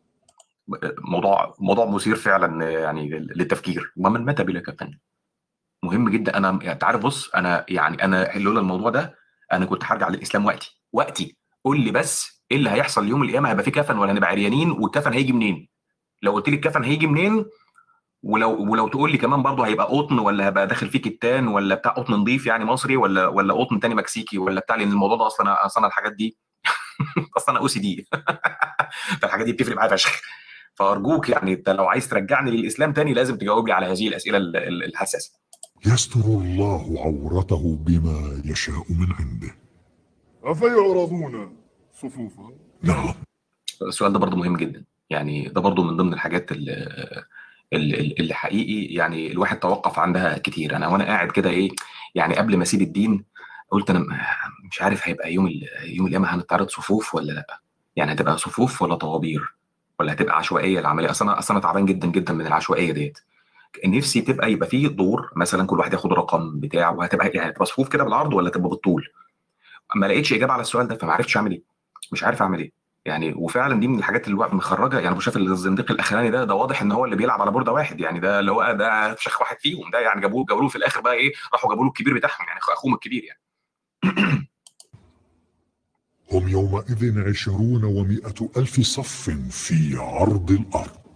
موضوع مثير فعلا يعني للتفكير. ومن مات بلا كفن مهم جدا. انا يعني عارف، بص انا لولا الموضوع ده انا كنت هرجع للاسلام وقتي. قول لي بس ايه اللي هيحصل يوم القيامه؟ هيبقى في كفن ولا هنبقى عريانين؟ والكفن هيجي منين؟ لو قلت لي الكفن هيجي منين، ولو تقول لي كمان برضه هيبقى قطن ولا هيبقى داخل فيه كتان ولا بتاع قطن نظيف يعني مصري ولا قطن تاني مكسيكي ولا بتاع، لان الموضوع ده اصلا الحاجات دي اصلا او سي دي. فالحاجات دي بتفرق معايا فشخ. فارجوك يعني انت لو عايز ترجعني للاسلام تاني لازم تجاوب لي على هذه الاسئله الحساسه. يستر الله عورته بما يشاء من عنده. أفيعرضون صفوفا؟ نعم. السؤال ده برضه مهم جدا، يعني ده برضه من ضمن الحاجات اللي حقيقي يعني الواحد توقف عندها كتير. انا وانا قاعد كده ايه، يعني قبل ما اسيب الدين قلت انا مش عارف هيبقى يوم القيامه هنتعرض صفوف ولا لا، يعني هتبقى صفوف ولا طوابير ولا هتبقى عشوائيه العمليه. اصلا انا تعبان جدا جدا من العشوائيه ديت. نفسي يبقى فيه دور مثلا كل واحد ياخد الرقم بتاعه، وهتبقى يعني هتبقى صفوف كده بالعرض ولا تبقى بالطول. ما لقيتش اجابه على السؤال ده، فما عرفتش اعمل ايه. مش عارف اعمل ايه يعني. وفعلا دي من الحاجات اللي الواحد مخرجه يعني. شايف الزنديق الاخراني ده واضح ان هو اللي بيلعب على بورده واحد يعني. ده اللي هو ده فشخ واحد فيهم ده يعني. جابوا له في الاخر بقى ايه، راحوا جابوا له الكبير بتاعهم يعني اخوهم الكبير يعني. هم يومئذ 20 و100 ألف صف في عرض الأرض.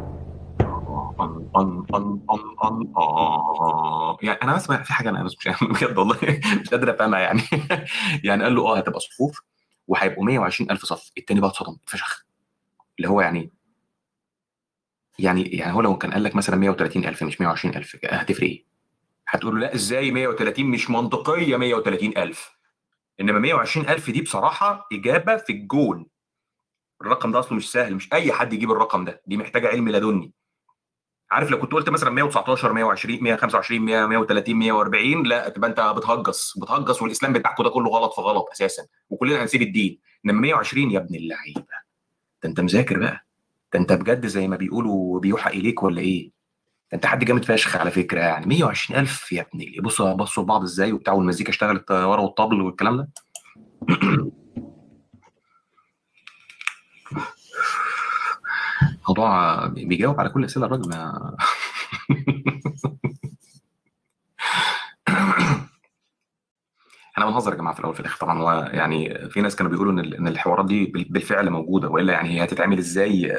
يعني انا بس في حاجه انا بس مش بجد والله مش قادر افهمها يعني. يعني قال له هتبقى صفوف وهيبقوا 120,000 صف. التاني بقى اتصدم فشخ، اللي هو يعني هو لو كان قال لك مثلا 130,000 مش 120,000 هتفرق ايه؟ هتقول له لا ازاي 130 مش منطقيه 130,000. انما 120,000 دي بصراحه اجابه في الجون. الرقم ده اصله مش سهل، مش اي حد يجيب الرقم ده، دي محتاجه علم لدني. عارف لو كنت قلت مثلا 119 120 125 100 130 140 لا تبقى انت بتهجص والاسلام بتاعكم ده كله غلط في غلط اساسا وكلنا هنسيب الدين. انما 120 يا ابن اللعيبه، ده انت مذاكر بقى. ده انت بجد زي ما بيقولوا بيوحى اليك ولا ايه؟ ده انت حد جامد فشخ على فكره يعني. 120,000 يا ابني، بصوا لبعض ازاي وبتاع، والمزيكا اشتغلت ورا والطبل والكلام ده. موضوع بيجاوب على كل الاسئله الراجل ما احنا بنهزر يا جماعه في الاول في الاخر طبعا. هو يعني في ناس كانوا بيقولوا ان الحوارات دي بالفعل موجوده، والا يعني هي هتتعمل ازاي؟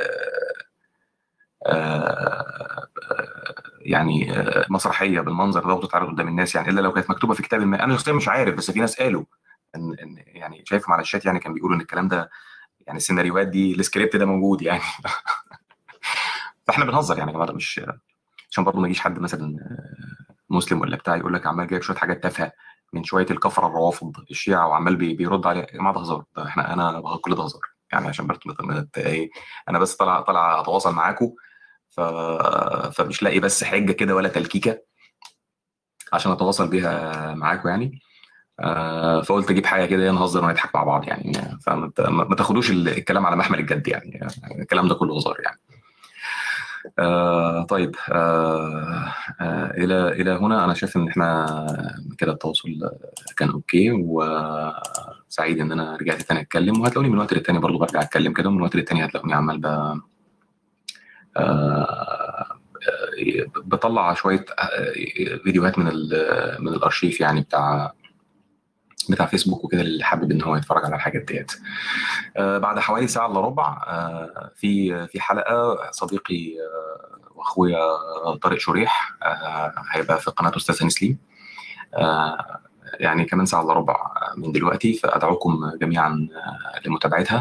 يعني مسرحيه بالمنظر ده وتتعرض قدام الناس يعني، الا لو كانت مكتوبه في كتاب ما. انا شخصيا مش عارف، بس في ناس قالوا ان يعني شايفهم على الشات يعني، كان بيقولوا ان الكلام ده يعني السيناريوهات دي السكريبت ده موجود يعني. فاحنا بنهزر يعني يا جماعه، مش عشان برضه ما يجيش حد مثلا مسلم ولا بتاع يقول لك عمال جايب شويه حاجات تافهه من شويه الكفره الروافض الشيعه وعمال بيرد عليه. يا جماعه ده هزار، ده انا كل ده هزار يعني. عشان برضه ايه، انا بس طالع اتواصل معاكم. ف... فمش لاقي بس حجه كده ولا تلكيكه عشان اتواصل بيها معاكم يعني. فقلت اجيب حاجه كده نهزر ونضحك مع بعض يعني. ما تاخدوش الكلام على محمل الجد يعني. الكلام ده كله هزار يعني. طيب الى هنا انا شايف ان احنا كده التواصل كان اوكي، وسعيد ان انا رجعت تاني اتكلم. وهتلاقوني من وقت للتاني برضو برجع اتكلم كده، ومن وقت للتاني هتلاقوني عمال بطلع شويه فيديوهات من الارشيف يعني بتاع فيسبوك وكده، اللي حابب ان هو يتفرج على الحاجات ديت. بعد حوالي ساعه الا ربع في حلقه صديقي واخويا طارق شريح هيبقى في قناه استاذ هاني سليم يعني كمان ساعه الا ربع من دلوقتي، فادعوكم جميعا لمتابعتها.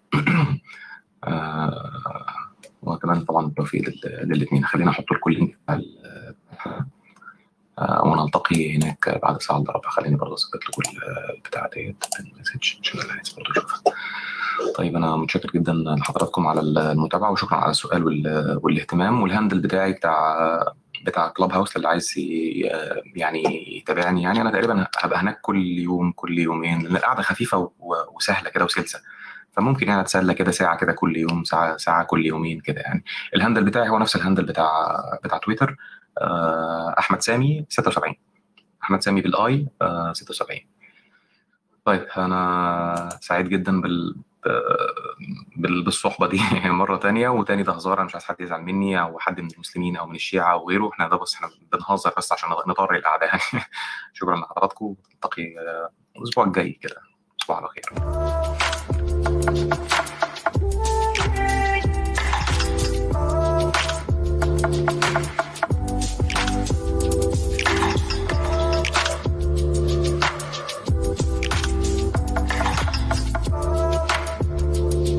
وكمان طبعا التوفيق للاثنين. خلينا احط لكم اللينك بتاع الحلقه ونلتقي هناك بعد ساعه الا ربع. خليني برضه اثبت لكم البتاع ديت المسج عشان اللي عايز برضه يشوفها. طيب انا متشكر جدا لحضراتكم على المتابعه، وشكرا على السؤال والاهتمام. والهاندل بتاعي بتاع كلاب هاوس اللي عايز يعني يتابعني يعني. انا تقريبا هبقى هناك كل يوم كل يومين، لان القعده خفيفه وسهله كده وسلسه. فممكن يعني اتسلى كده ساعه كده كل يوم، ساعه كل يومين كده يعني. الهاندل بتاعي هو نفس الهاندل بتاع تويتر، احمد سامي 76. احمد سامي بالاي 76. طيب انا سعيد جدا بالصحبه دي مرة تانية. وتاني ده هزار، انا مش عايز حد يزعل مني او حد من المسلمين او من الشيعة او غيره. احنا ده بس احنا بنهزر بس عشان نطر القعدة يعني. شكرا لحضراتكم، نلتقي الاسبوع الجاي كده. تصبحوا على خير.